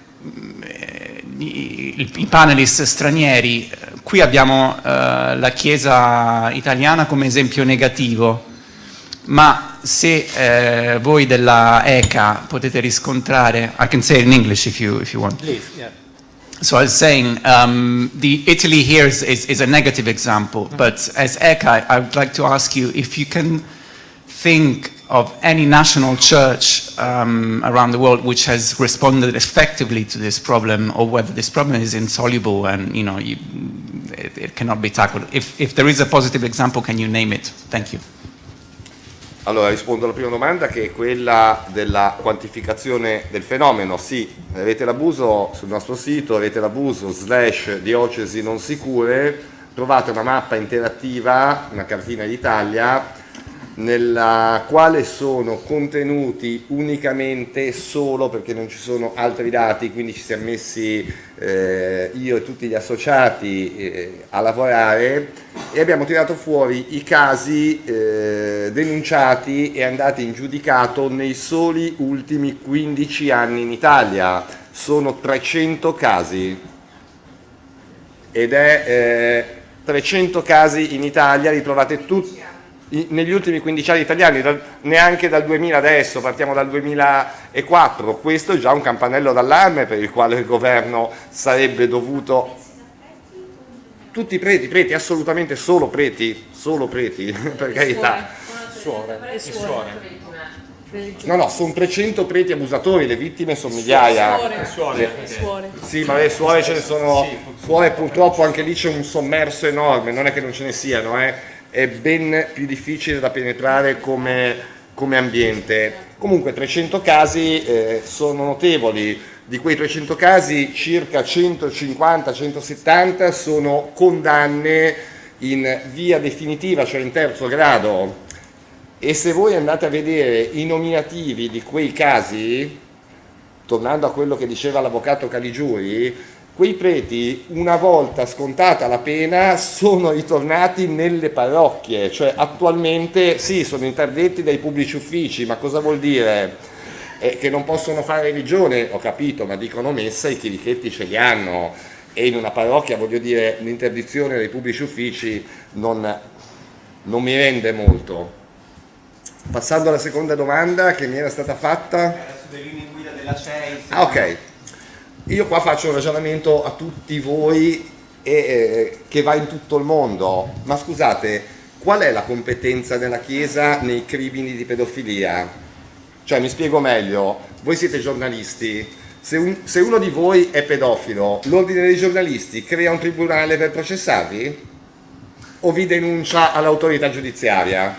I, i panelist stranieri, qui abbiamo uh, la Chiesa italiana come esempio negativo, ma se uh, voi della E C A potete riscontrare, I can say it in English if you, if you want. Please, yeah. So I was saying, um, the Italy here is, is, is a negative example, mm-hmm. but as E C A, I would like to ask you if you can think of any national church um, around the world which has responded effectively to this problem, or whether this problem is insoluble and you know you, it, it cannot be tackled. If, if there is a positive example, can you name it? Thank you. Allora rispondo alla prima domanda, che è quella della quantificazione del fenomeno. Sì, avete l'abuso sul nostro sito, avete l'abuso slash diocesi non sicure, trovate una mappa interattiva, una cartina d'Italia, nella quale sono contenuti unicamente solo, perché non ci sono altri dati, quindi ci siamo messi eh, io e tutti gli associati eh, a lavorare e abbiamo tirato fuori i casi eh, denunciati e andati in giudicato nei soli ultimi quindici anni in Italia. Sono trecento casi ed è eh, trecento casi in Italia, li trovate tutti negli ultimi quindici anni italiani, neanche dal duemila adesso, partiamo dal duemilaquattro. Questo è già un campanello d'allarme per il quale il governo sarebbe dovuto... Tutti preti, preti, assolutamente solo preti, solo preti, per carità. Suore. E suore. No, no, sono trecento preti abusatori, le vittime sono migliaia. Suore. Suore. Suore. Sì, ma le suore ce ne sono, suore purtroppo anche lì c'è un sommerso enorme, non è che non ce ne siano, eh. È ben più difficile da penetrare come, come ambiente. Comunque trecento casi eh, sono notevoli, di quei trecento casi circa centocinquanta centosettanta sono condanne in via definitiva, cioè in terzo grado, e se voi andate a vedere i nominativi di quei casi, tornando a quello che diceva l'avvocato Caligiuri, quei preti, una volta scontata la pena, sono ritornati nelle parrocchie, cioè attualmente sì, sono interdetti dai pubblici uffici, ma cosa vuol dire? Eh, che non possono fare religione, ho capito, ma dicono messa, i chirichetti ce li hanno, e in una parrocchia, voglio dire, l'interdizione dai pubblici uffici non, non mi rende molto. Passando alla seconda domanda che mi era stata fatta. Era sulle linee guida della C E I. Ah, ok. Io qua faccio un ragionamento a tutti voi e, eh, che va in tutto il mondo, ma scusate, qual è la competenza della Chiesa nei crimini di pedofilia? Cioè, mi spiego meglio, voi siete giornalisti, se, un, se uno di voi è pedofilo, l'ordine dei giornalisti crea un tribunale per processarvi? O vi denuncia all'autorità giudiziaria?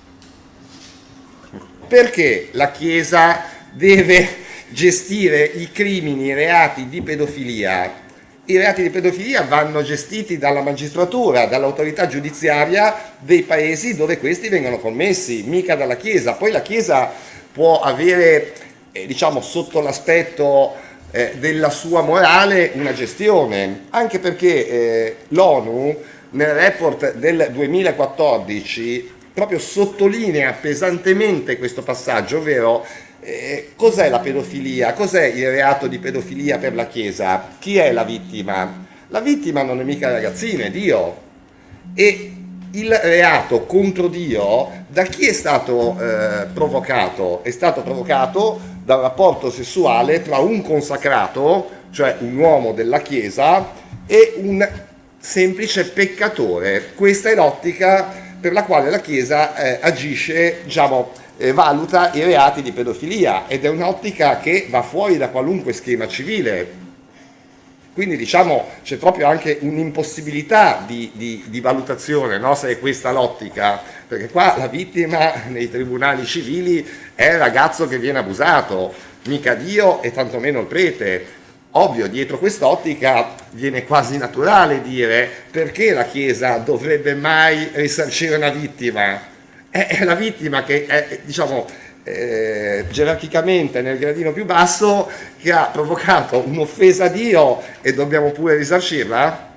Perché la Chiesa deve gestire i crimini, i reati di pedofilia? I reati di pedofilia vanno gestiti dalla magistratura, dall'autorità giudiziaria dei paesi dove questi vengono commessi, mica dalla Chiesa. Poi la Chiesa può avere, eh, diciamo, sotto l'aspetto eh, della sua morale una gestione, anche perché eh, l'ONU nel report del duemilaquattordici proprio sottolinea pesantemente questo passaggio, ovvero Eh, cos'è la pedofilia? Cos'è il reato di pedofilia per la Chiesa? Chi è la vittima? La vittima non è mica la ragazzina, è Dio. E il reato contro Dio da chi è stato eh, provocato? È stato provocato dal rapporto sessuale tra un consacrato, cioè un uomo della Chiesa, e un semplice peccatore. Questa è l'ottica per la quale la Chiesa eh, agisce, diciamo, Eh, valuta i reati di pedofilia, ed è un'ottica che va fuori da qualunque schema civile. Quindi, diciamo, c'è proprio anche un'impossibilità di, di, di valutazione, no? Se è questa l'ottica, perché qua la vittima nei tribunali civili è il ragazzo che viene abusato, mica Dio e tantomeno il prete. Ovvio, dietro quest'ottica viene quasi naturale dire: perché la Chiesa dovrebbe mai risarcire una vittima? È la vittima che è, diciamo, eh, gerarchicamente nel gradino più basso, che ha provocato un'offesa a Dio, e dobbiamo pure risarcirla?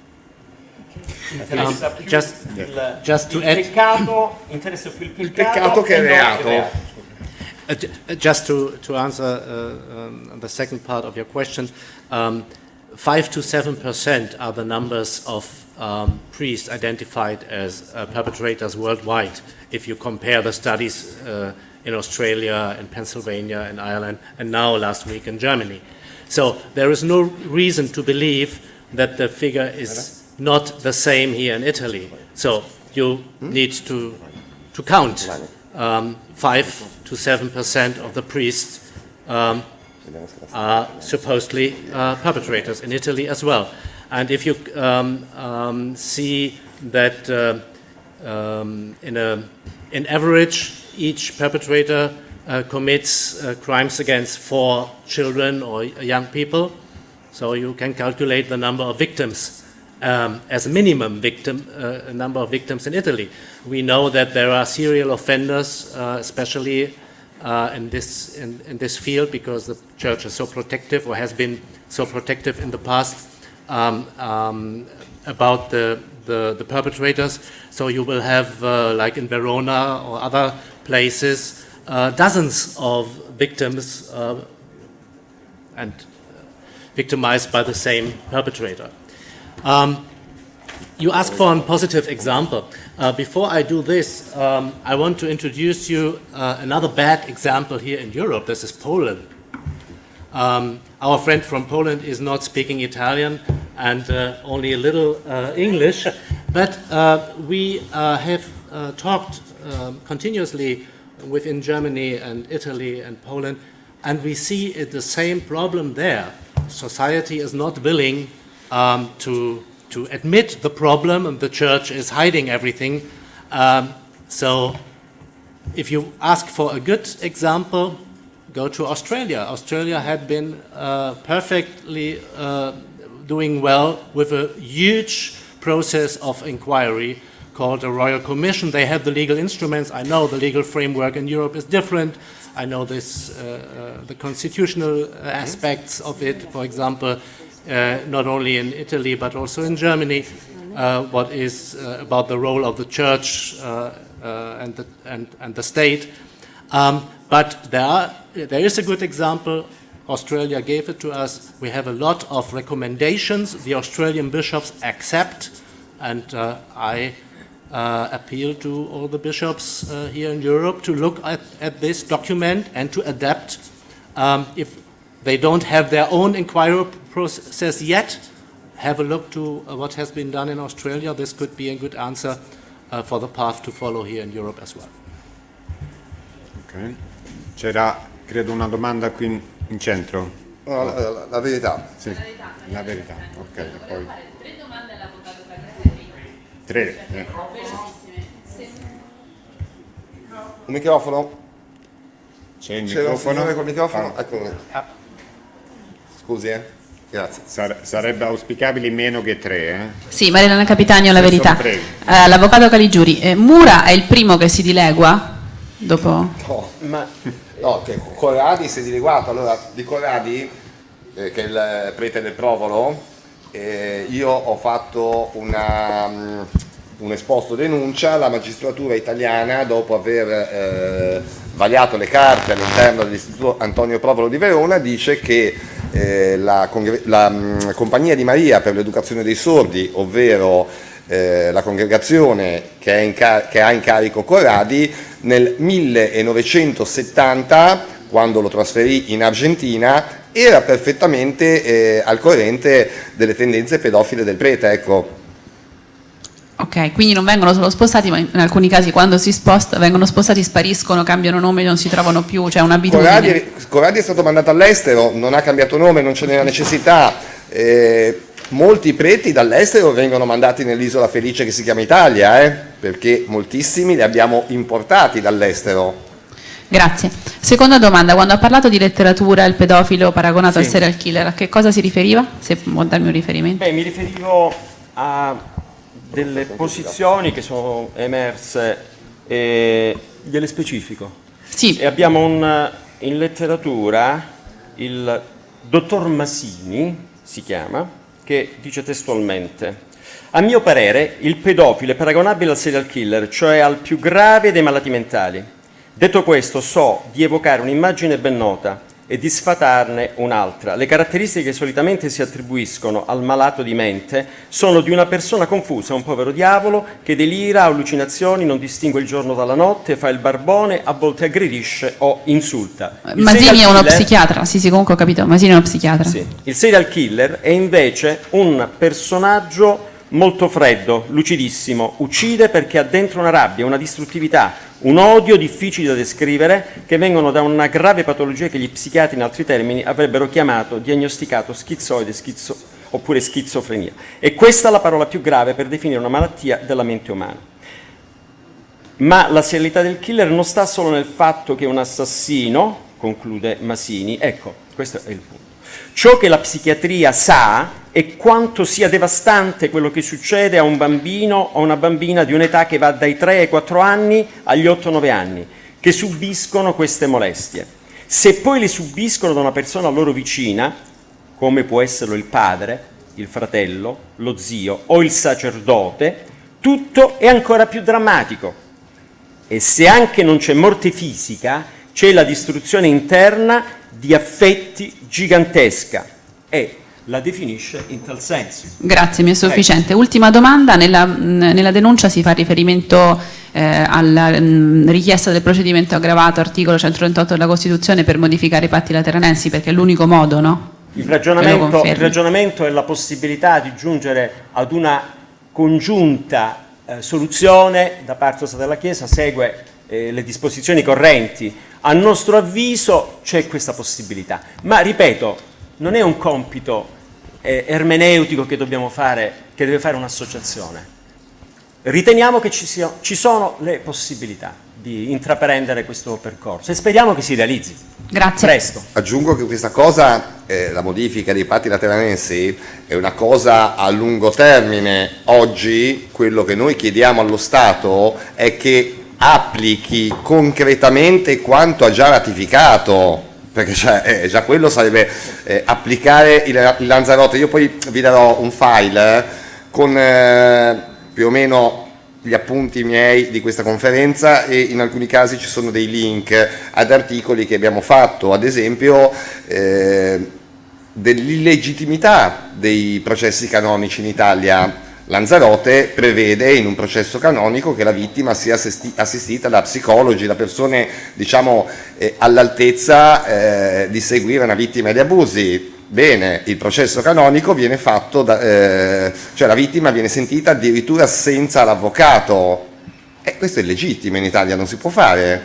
Interessa più just- il, just to il add- peccato, interessa più il Il peccato, peccato che e il non reato. Uh, ju- uh, just to, to answer uh, um, the second part of your question, um, five to seven percent are the numbers of um, priests identified as uh, perpetrators worldwide. If you compare the studies uh, in Australia, in Pennsylvania, in Ireland, and now last week in Germany. So there is no reason to believe that the figure is not the same here in Italy. So you need to, to count um, five to seven percent of the priests um, are supposedly uh, perpetrators in Italy as well. And if you um, um, see that uh, um, in, a, in average each perpetrator uh, commits uh, crimes against four children or young people, so you can calculate the number of victims um, as minimum victim, uh, number of victims in Italy. We know that there are serial offenders, uh, especially uh, in, this, in, in this field, because the church is so protective, or has been so protective in the past, um, um, about the, the, the perpetrators. So you will have, uh, like in Verona or other places, uh, dozens of victims uh, and victimized by the same perpetrator. Um, you asked for a positive example. Uh, before I do this, um, I want to introduce you uh, another bad example here in Europe. This is Poland. Um, our friend from Poland is not speaking Italian and uh, only a little uh, English, but uh, we uh, have uh, talked um, continuously within Germany and Italy and Poland, and we see it, the same problem there. Society is not willing um, to, to admit the problem, and the church is hiding everything. Um, so if you ask for a good example, go to Australia. Australia had been uh, perfectly uh, doing well with a huge process of inquiry called a Royal Commission. They have the legal instruments. I know the legal framework in Europe is different. I know this, uh, uh, the constitutional aspects of it, for example, uh, not only in Italy but also in Germany, uh, what is uh, about the role of the church uh, uh, and, the, and, and the state. Um, but there, are, there is a good example. Australia gave it to us. We have a lot of recommendations the Australian bishops accept, and uh, I uh, appeal to all the bishops uh, here in Europe to look at, at this document and to adapt. Um, if they don't have their own inquiry process yet, have a look to uh, what has been done in Australia. This could be a good answer uh, for the path to follow here in Europe as well. Okay. C'era, credo, una domanda qui in, in centro. No, la, la verità. Sì, la verità. Ok, poi. Tre domande all'avvocato Cagliari. Tre. Eh. Un microfono? C'è il C'è un microfono? signore col microfono? Ah. Eccolo. Scusi, eh? Grazie. Sar- sarebbe auspicabile meno che tre, eh? Sì, Marilena Capitagno, La Se Verità. sono brevi. Eh, l'avvocato Caligiuri, eh, Mura è il primo che si dilegua? Dopo... No, ma, no, che Corradi si è dileguato. Allora, di Corradi, eh, che è il prete del Provolo, eh, io ho fatto una, um, un esposto denuncia. La magistratura italiana, dopo aver eh, vagliato le carte all'interno dell'Istituto Antonio Provolo di Verona, dice che eh, la, la um, Compagnia di Maria per l'Educazione dei Sordi, ovvero Eh, la congregazione che, è in car- che ha in carico Corradi, nel millenovecentosettanta, quando lo trasferì in Argentina, era perfettamente eh, al corrente delle tendenze pedofile del prete. Ecco. Ok, quindi non vengono solo spostati, ma in alcuni casi quando si sposta, vengono spostati, spariscono, cambiano nome, non si trovano più, c'è cioè un'abitudine. Corradi, Corradi è stato mandato all'estero, non ha cambiato nome, non ce n'era necessità. Eh, Molti preti dall'estero vengono mandati nell'isola felice che si chiama Italia, eh? Perché moltissimi li abbiamo importati dall'estero. Grazie. Seconda domanda, quando ha parlato di letteratura, il pedofilo paragonato Sì. al serial killer, a che cosa si riferiva? Se può darmi un riferimento. Beh, mi riferivo a delle posizioni che sono emerse, e gliele specifico. Sì. E abbiamo un, in letteratura il dottor Masini, si chiama, che dice testualmente: a mio parere il pedofilo è paragonabile al serial killer, cioè al più grave dei malati mentali. Detto questo, so di evocare un'immagine ben nota e di sfatarne un'altra. Le caratteristiche che solitamente si attribuiscono al malato di mente sono di una persona confusa, un povero diavolo che delira, ha allucinazioni, non distingue il giorno dalla notte, fa il barbone, a volte aggredisce o insulta. Il Masini è uno killer, psichiatra, sì sì, comunque ho capito, Masini è uno psichiatra. sì, il serial killer è invece un personaggio molto freddo, lucidissimo, uccide perché ha dentro una rabbia, una distruttività, un odio difficili da descrivere, che vengono da una grave patologia che gli psichiatri in altri termini avrebbero chiamato, diagnosticato schizoide schizo, oppure schizofrenia. E questa è la parola più grave per definire una malattia della mente umana. Ma la serialità del killer non sta solo nel fatto che è un assassino, conclude Masini. Ecco, questo è il punto. Ciò che la psichiatria sa e quanto sia devastante quello che succede a un bambino o a una bambina di un'età che va dai tre ai quattro anni agli otto nove anni, che subiscono queste molestie. Se poi le subiscono da una persona loro vicina, come può esserlo il padre, il fratello, lo zio o il sacerdote, tutto è ancora più drammatico. E se anche non c'è morte fisica, c'è la distruzione interna di affetti gigantesca e la definisce in tal senso. Grazie, mi è sufficiente. Ultima domanda, nella, nella denuncia si fa riferimento eh, alla mh, richiesta del procedimento aggravato, articolo centotrentotto della Costituzione, per modificare i patti lateranensi, perché è l'unico modo, no? Il ragionamento, il ragionamento è la possibilità di giungere ad una congiunta eh, soluzione da parte della Chiesa, segue eh, le disposizioni correnti. A nostro avviso c'è questa possibilità, ma ripeto, non è un compito eh, ermeneutico che dobbiamo fare, che deve fare un'associazione. Riteniamo che ci, sia, ci sono le possibilità di intraprendere questo percorso e speriamo che si realizzi. Grazie. Presto. Aggiungo che questa cosa, eh, la modifica dei patti lateranensi, è una cosa a lungo termine. Oggi quello che noi chiediamo allo Stato è che applichi concretamente quanto ha già ratificato, perché cioè, eh, già quello sarebbe eh, applicare il, il Lanzarote. Io poi vi darò un file eh, con eh, più o meno gli appunti miei di questa conferenza, e in alcuni casi ci sono dei link ad articoli che abbiamo fatto, ad esempio eh, dell'illegittimità dei processi canonici in Italia. Lanzarote prevede in un processo canonico che la vittima sia assisti- assistita da psicologi, da persone diciamo eh, all'altezza eh, di seguire una vittima di abusi. Bene, il processo canonico viene fatto, da, eh, cioè la vittima viene sentita addirittura senza l'avvocato. E questo è illegittimo in Italia, non si può fare.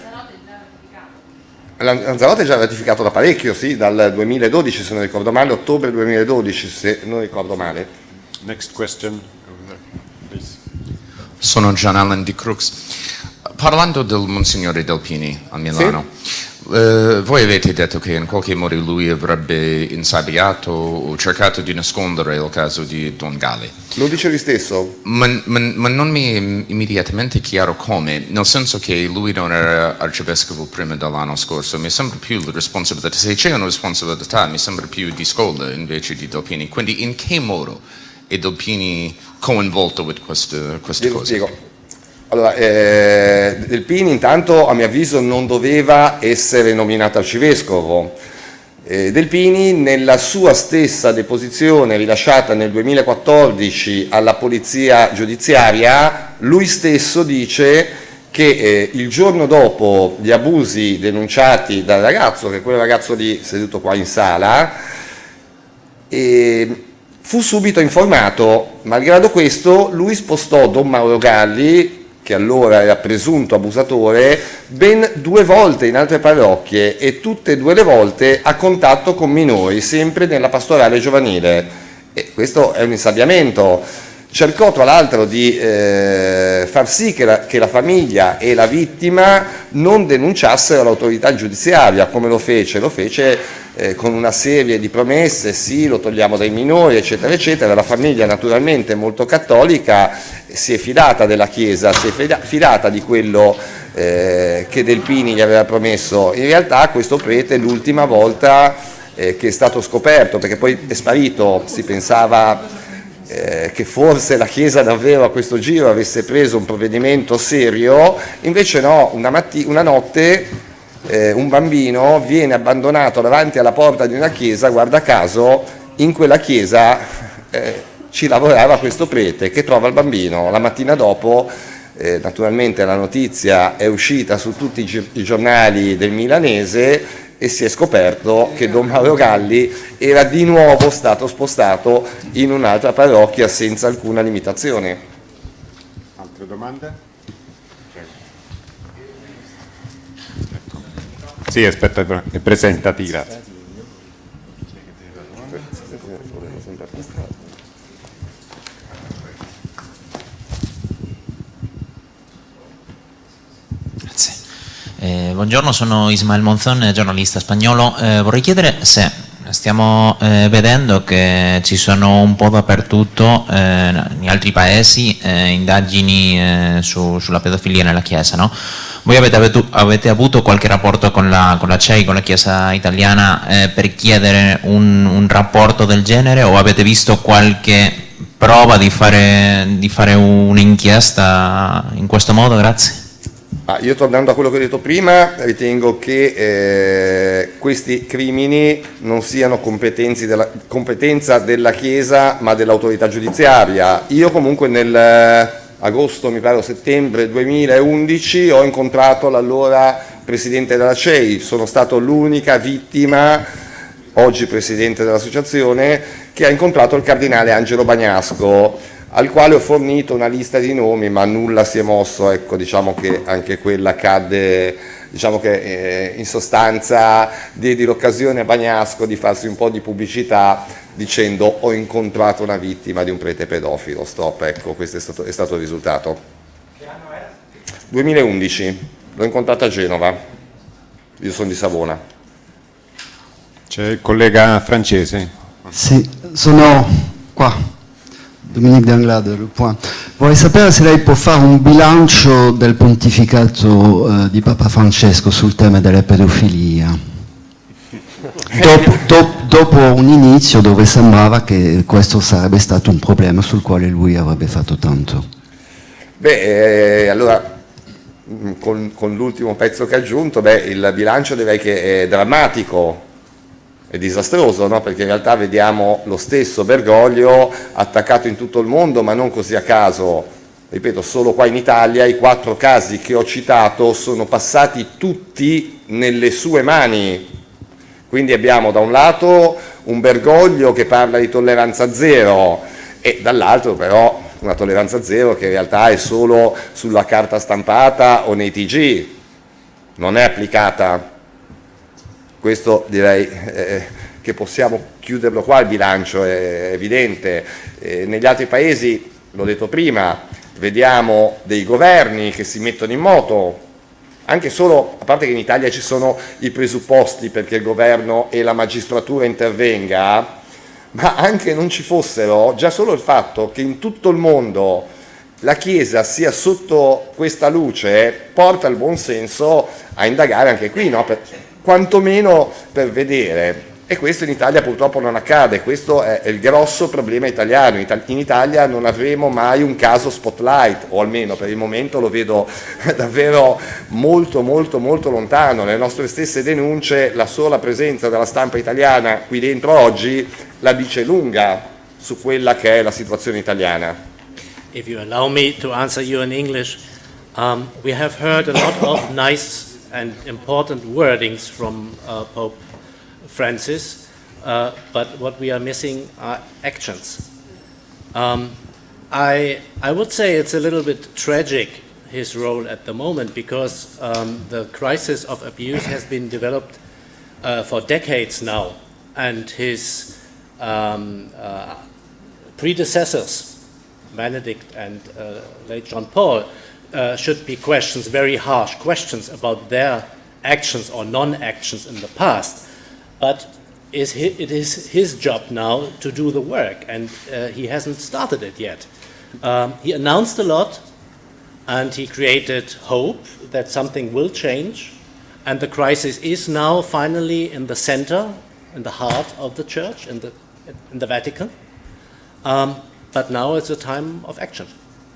Lanzarote è già ratificato da parecchio, sì, dal duemiladodici, se non ricordo male, ottobre duemiladodici, se non ricordo male. Next question. Please. Sono Gian Allen di Crux. Parlando del Monsignore Delpini a Milano, sì? eh, voi avete detto che in qualche modo lui avrebbe insabbiato o cercato di nascondere il caso di Don Galli. Lo dice lui stesso? Ma, ma, ma non mi è immediatamente chiaro come, nel senso che lui non era arcivescovo prima dell'anno scorso. Mi sembra più la responsabilità, se c'è una responsabilità, mi sembra più di Scola invece di Delpini. Quindi in che modo è Delpini coinvolto in queste, queste Io cose? Spiego. Allora, eh, Delpini intanto a mio avviso non doveva essere nominato arcivescovo. Eh, Delpini nella sua stessa deposizione rilasciata nel duemilaquattordici alla polizia giudiziaria, lui stesso dice che eh, il giorno dopo gli abusi denunciati dal ragazzo, che è quel ragazzo lì seduto qua in sala, eh, fu subito informato. Malgrado questo, lui spostò Don Mauro Galli, che allora era presunto abusatore, ben due volte in altre parrocchie, e tutte e due le volte a contatto con minori, sempre nella pastorale giovanile. E questo è un insabbiamento. Cercò tra l'altro di eh, far sì che la, che la famiglia e la vittima non denunciassero l'autorità giudiziaria. Come lo fece? Lo fece eh, con una serie di promesse: sì, lo togliamo dai minori, eccetera, eccetera. La famiglia, naturalmente molto cattolica, si è fidata della Chiesa, si è fidata di quello eh, che Delpini gli aveva promesso. In realtà questo prete l'ultima volta eh, che è stato scoperto, perché poi è sparito, si pensava Eh, che forse la Chiesa davvero a questo giro avesse preso un provvedimento serio, invece no, una, matti- una notte eh, un bambino viene abbandonato davanti alla porta di una chiesa. Guarda caso, in quella chiesa eh, ci lavorava questo prete che trova il bambino. La mattina dopo eh, naturalmente la notizia è uscita su tutti i, gi- i giornali del milanese, e si è scoperto che Don Mauro Galli era di nuovo stato spostato in un'altra parrocchia senza alcuna limitazione. Altre domande? Sì, aspetta, è presentati, grazie. Eh, buongiorno, sono Ismael Monzon, giornalista spagnolo. Eh, vorrei chiedere se stiamo eh, vedendo che ci sono un po' dappertutto eh, in altri paesi eh, indagini eh, su, sulla pedofilia nella Chiesa, no? Voi avete, avuto, avete avuto qualche rapporto con la, con la C E I, con la Chiesa italiana, eh, per chiedere un, un rapporto del genere, o avete visto qualche prova di fare, di fare un'inchiesta in questo modo? Grazie. Ah, io tornando a quello che ho detto prima, ritengo che eh, questi crimini non siano della, competenza della Chiesa ma dell'autorità giudiziaria. Io comunque nel eh, agosto, mi pare, settembre duemilaundici ho incontrato l'allora presidente della C E I, sono stato l'unica vittima, oggi presidente dell'associazione, che ha incontrato il cardinale Angelo Bagnasco, al quale ho fornito una lista di nomi, ma nulla si è mosso. Ecco, diciamo che anche quella cadde, diciamo che eh, in sostanza diedi l'occasione a Bagnasco di farsi un po' di pubblicità dicendo ho incontrato una vittima di un prete pedofilo, stop, ecco, questo è stato, è stato il risultato. Che anno era? duemilaundici, l'ho incontrata a Genova, io sono di Savona. C'è il collega francese. Sì, sono qua. Dominique Danglade, Le Point. Vorrei sapere se lei può fare un bilancio del pontificato eh, di Papa Francesco sul tema della pedofilia. Dopo, do, dopo un inizio dove sembrava che questo sarebbe stato un problema sul quale lui avrebbe fatto tanto. Beh, eh, allora, con, con l'ultimo pezzo che ha aggiunto, beh, il bilancio direi che è drammatico. È disastroso, no? Perché in realtà vediamo lo stesso Bergoglio attaccato in tutto il mondo, ma non così a caso. Ripeto, solo qua in Italia i quattro casi che ho citato sono passati tutti nelle sue mani. Quindi abbiamo da un lato un Bergoglio che parla di tolleranza zero e dall'altro però una tolleranza zero che in realtà è solo sulla carta stampata o nei T G, non è applicata. Questo direi eh, che possiamo chiuderlo qua, il bilancio è evidente. Eh, negli altri paesi, l'ho detto prima, vediamo dei governi che si mettono in moto, anche solo, a parte che in Italia ci sono i presupposti perché il governo e la magistratura intervenga, ma anche non ci fossero, già solo il fatto che in tutto il mondo la Chiesa sia sotto questa luce porta il buon senso a indagare anche qui, no? Per, quantomeno per vedere, e questo in Italia purtroppo non accade. Questo è il grosso problema italiano. In Italia non avremo mai un caso spotlight, o almeno per il momento lo vedo davvero molto molto molto lontano. Le nostre stesse denunce, la sola presenza della stampa italiana qui dentro oggi la dice lunga su quella che è la situazione italiana. If you allow me to answer you in English, um, we have heard a lot of nice and important wordings from uh, Pope Francis, uh, but what we are missing are actions. Um, I, I would say it's a little bit tragic, his role at the moment, because um, the crisis of abuse has been developed uh, for decades now, and his um, uh, predecessors, Benedict and uh, late John Paul, Uh, should be questions, very harsh questions about their actions or non-actions in the past. But is he, it is his job now to do the work, and uh, he hasn't started it yet. Um, he announced a lot, and he created hope that something will change, and the crisis is now finally in the center, in the heart of the church, in the, in the Vatican. Um, but now it's a time of action.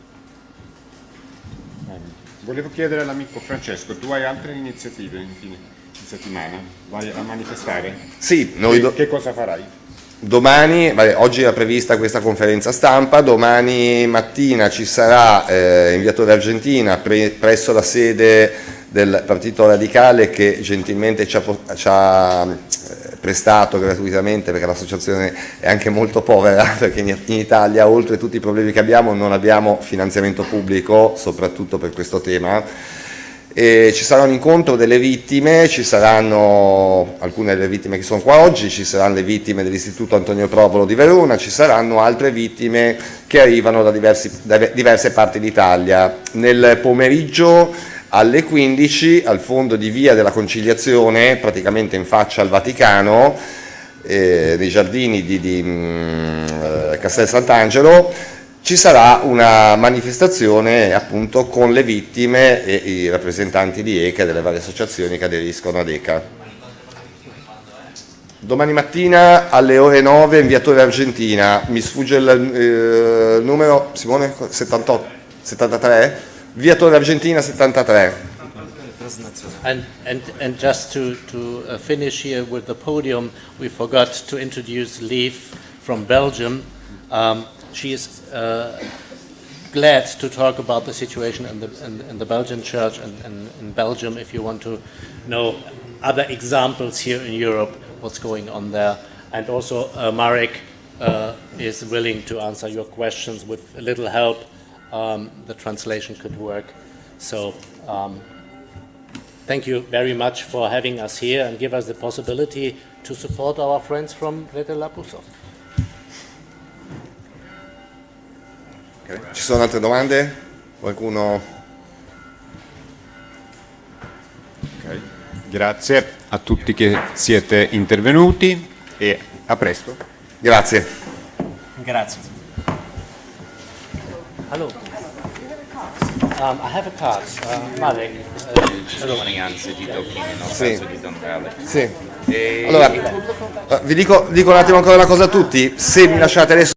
Volevo chiedere all'amico Francesco, tu hai altre iniziative infine, in settimana? Vai a manifestare? Sì, noi do- che, che cosa farai? Domani, vabbè, oggi era prevista questa conferenza stampa, domani mattina ci sarà eh, in Via Torre Argentina pre- presso la sede del Partito Radicale che gentilmente ci ha, ci ha prestato gratuitamente, perché l'associazione è anche molto povera, perché in Italia oltre a tutti i problemi che abbiamo non abbiamo finanziamento pubblico, soprattutto per questo tema. E ci sarà un incontro delle vittime, ci saranno alcune delle vittime che sono qua oggi, ci saranno le vittime dell'Istituto Antonio Provolo di Verona, ci saranno altre vittime che arrivano da, diversi, da diverse parti d'Italia. Nel pomeriggio alle quindici al fondo di Via della Conciliazione, praticamente in faccia al Vaticano, eh, nei giardini di, di mh, Castel Sant'Angelo, ci sarà una manifestazione appunto con le vittime e i rappresentanti di E C A e delle varie associazioni che aderiscono ad E C A. Domani mattina alle ore nove in via Torre Argentina, mi sfugge il eh, numero, Simone, settantotto, settantatré? Via Torre Argentina settantatré. And, and, and just to, to uh, finish here with the podium, we forgot to introduce Lief from Belgium. Um, she is uh, glad to talk about the situation in the, in, in the Belgian church and, and in Belgium, if you want to know other examples here in Europe, what's going on there. And also uh, Marek uh, is willing to answer your questions. With a little help, um, the translation could work. So um, thank you very much for having us here and give us the possibility to support our friends from Rete Lapusov. Okay. Ci sono altre domande? Qualcuno? Okay. Grazie a tutti che siete intervenuti e a presto. Grazie. Grazie. Hello. Um, I have a card. Uh, Marek. Uh, sì. Sì. Allora, vi dico, dico un attimo ancora una cosa a tutti. Se mi lasciate adesso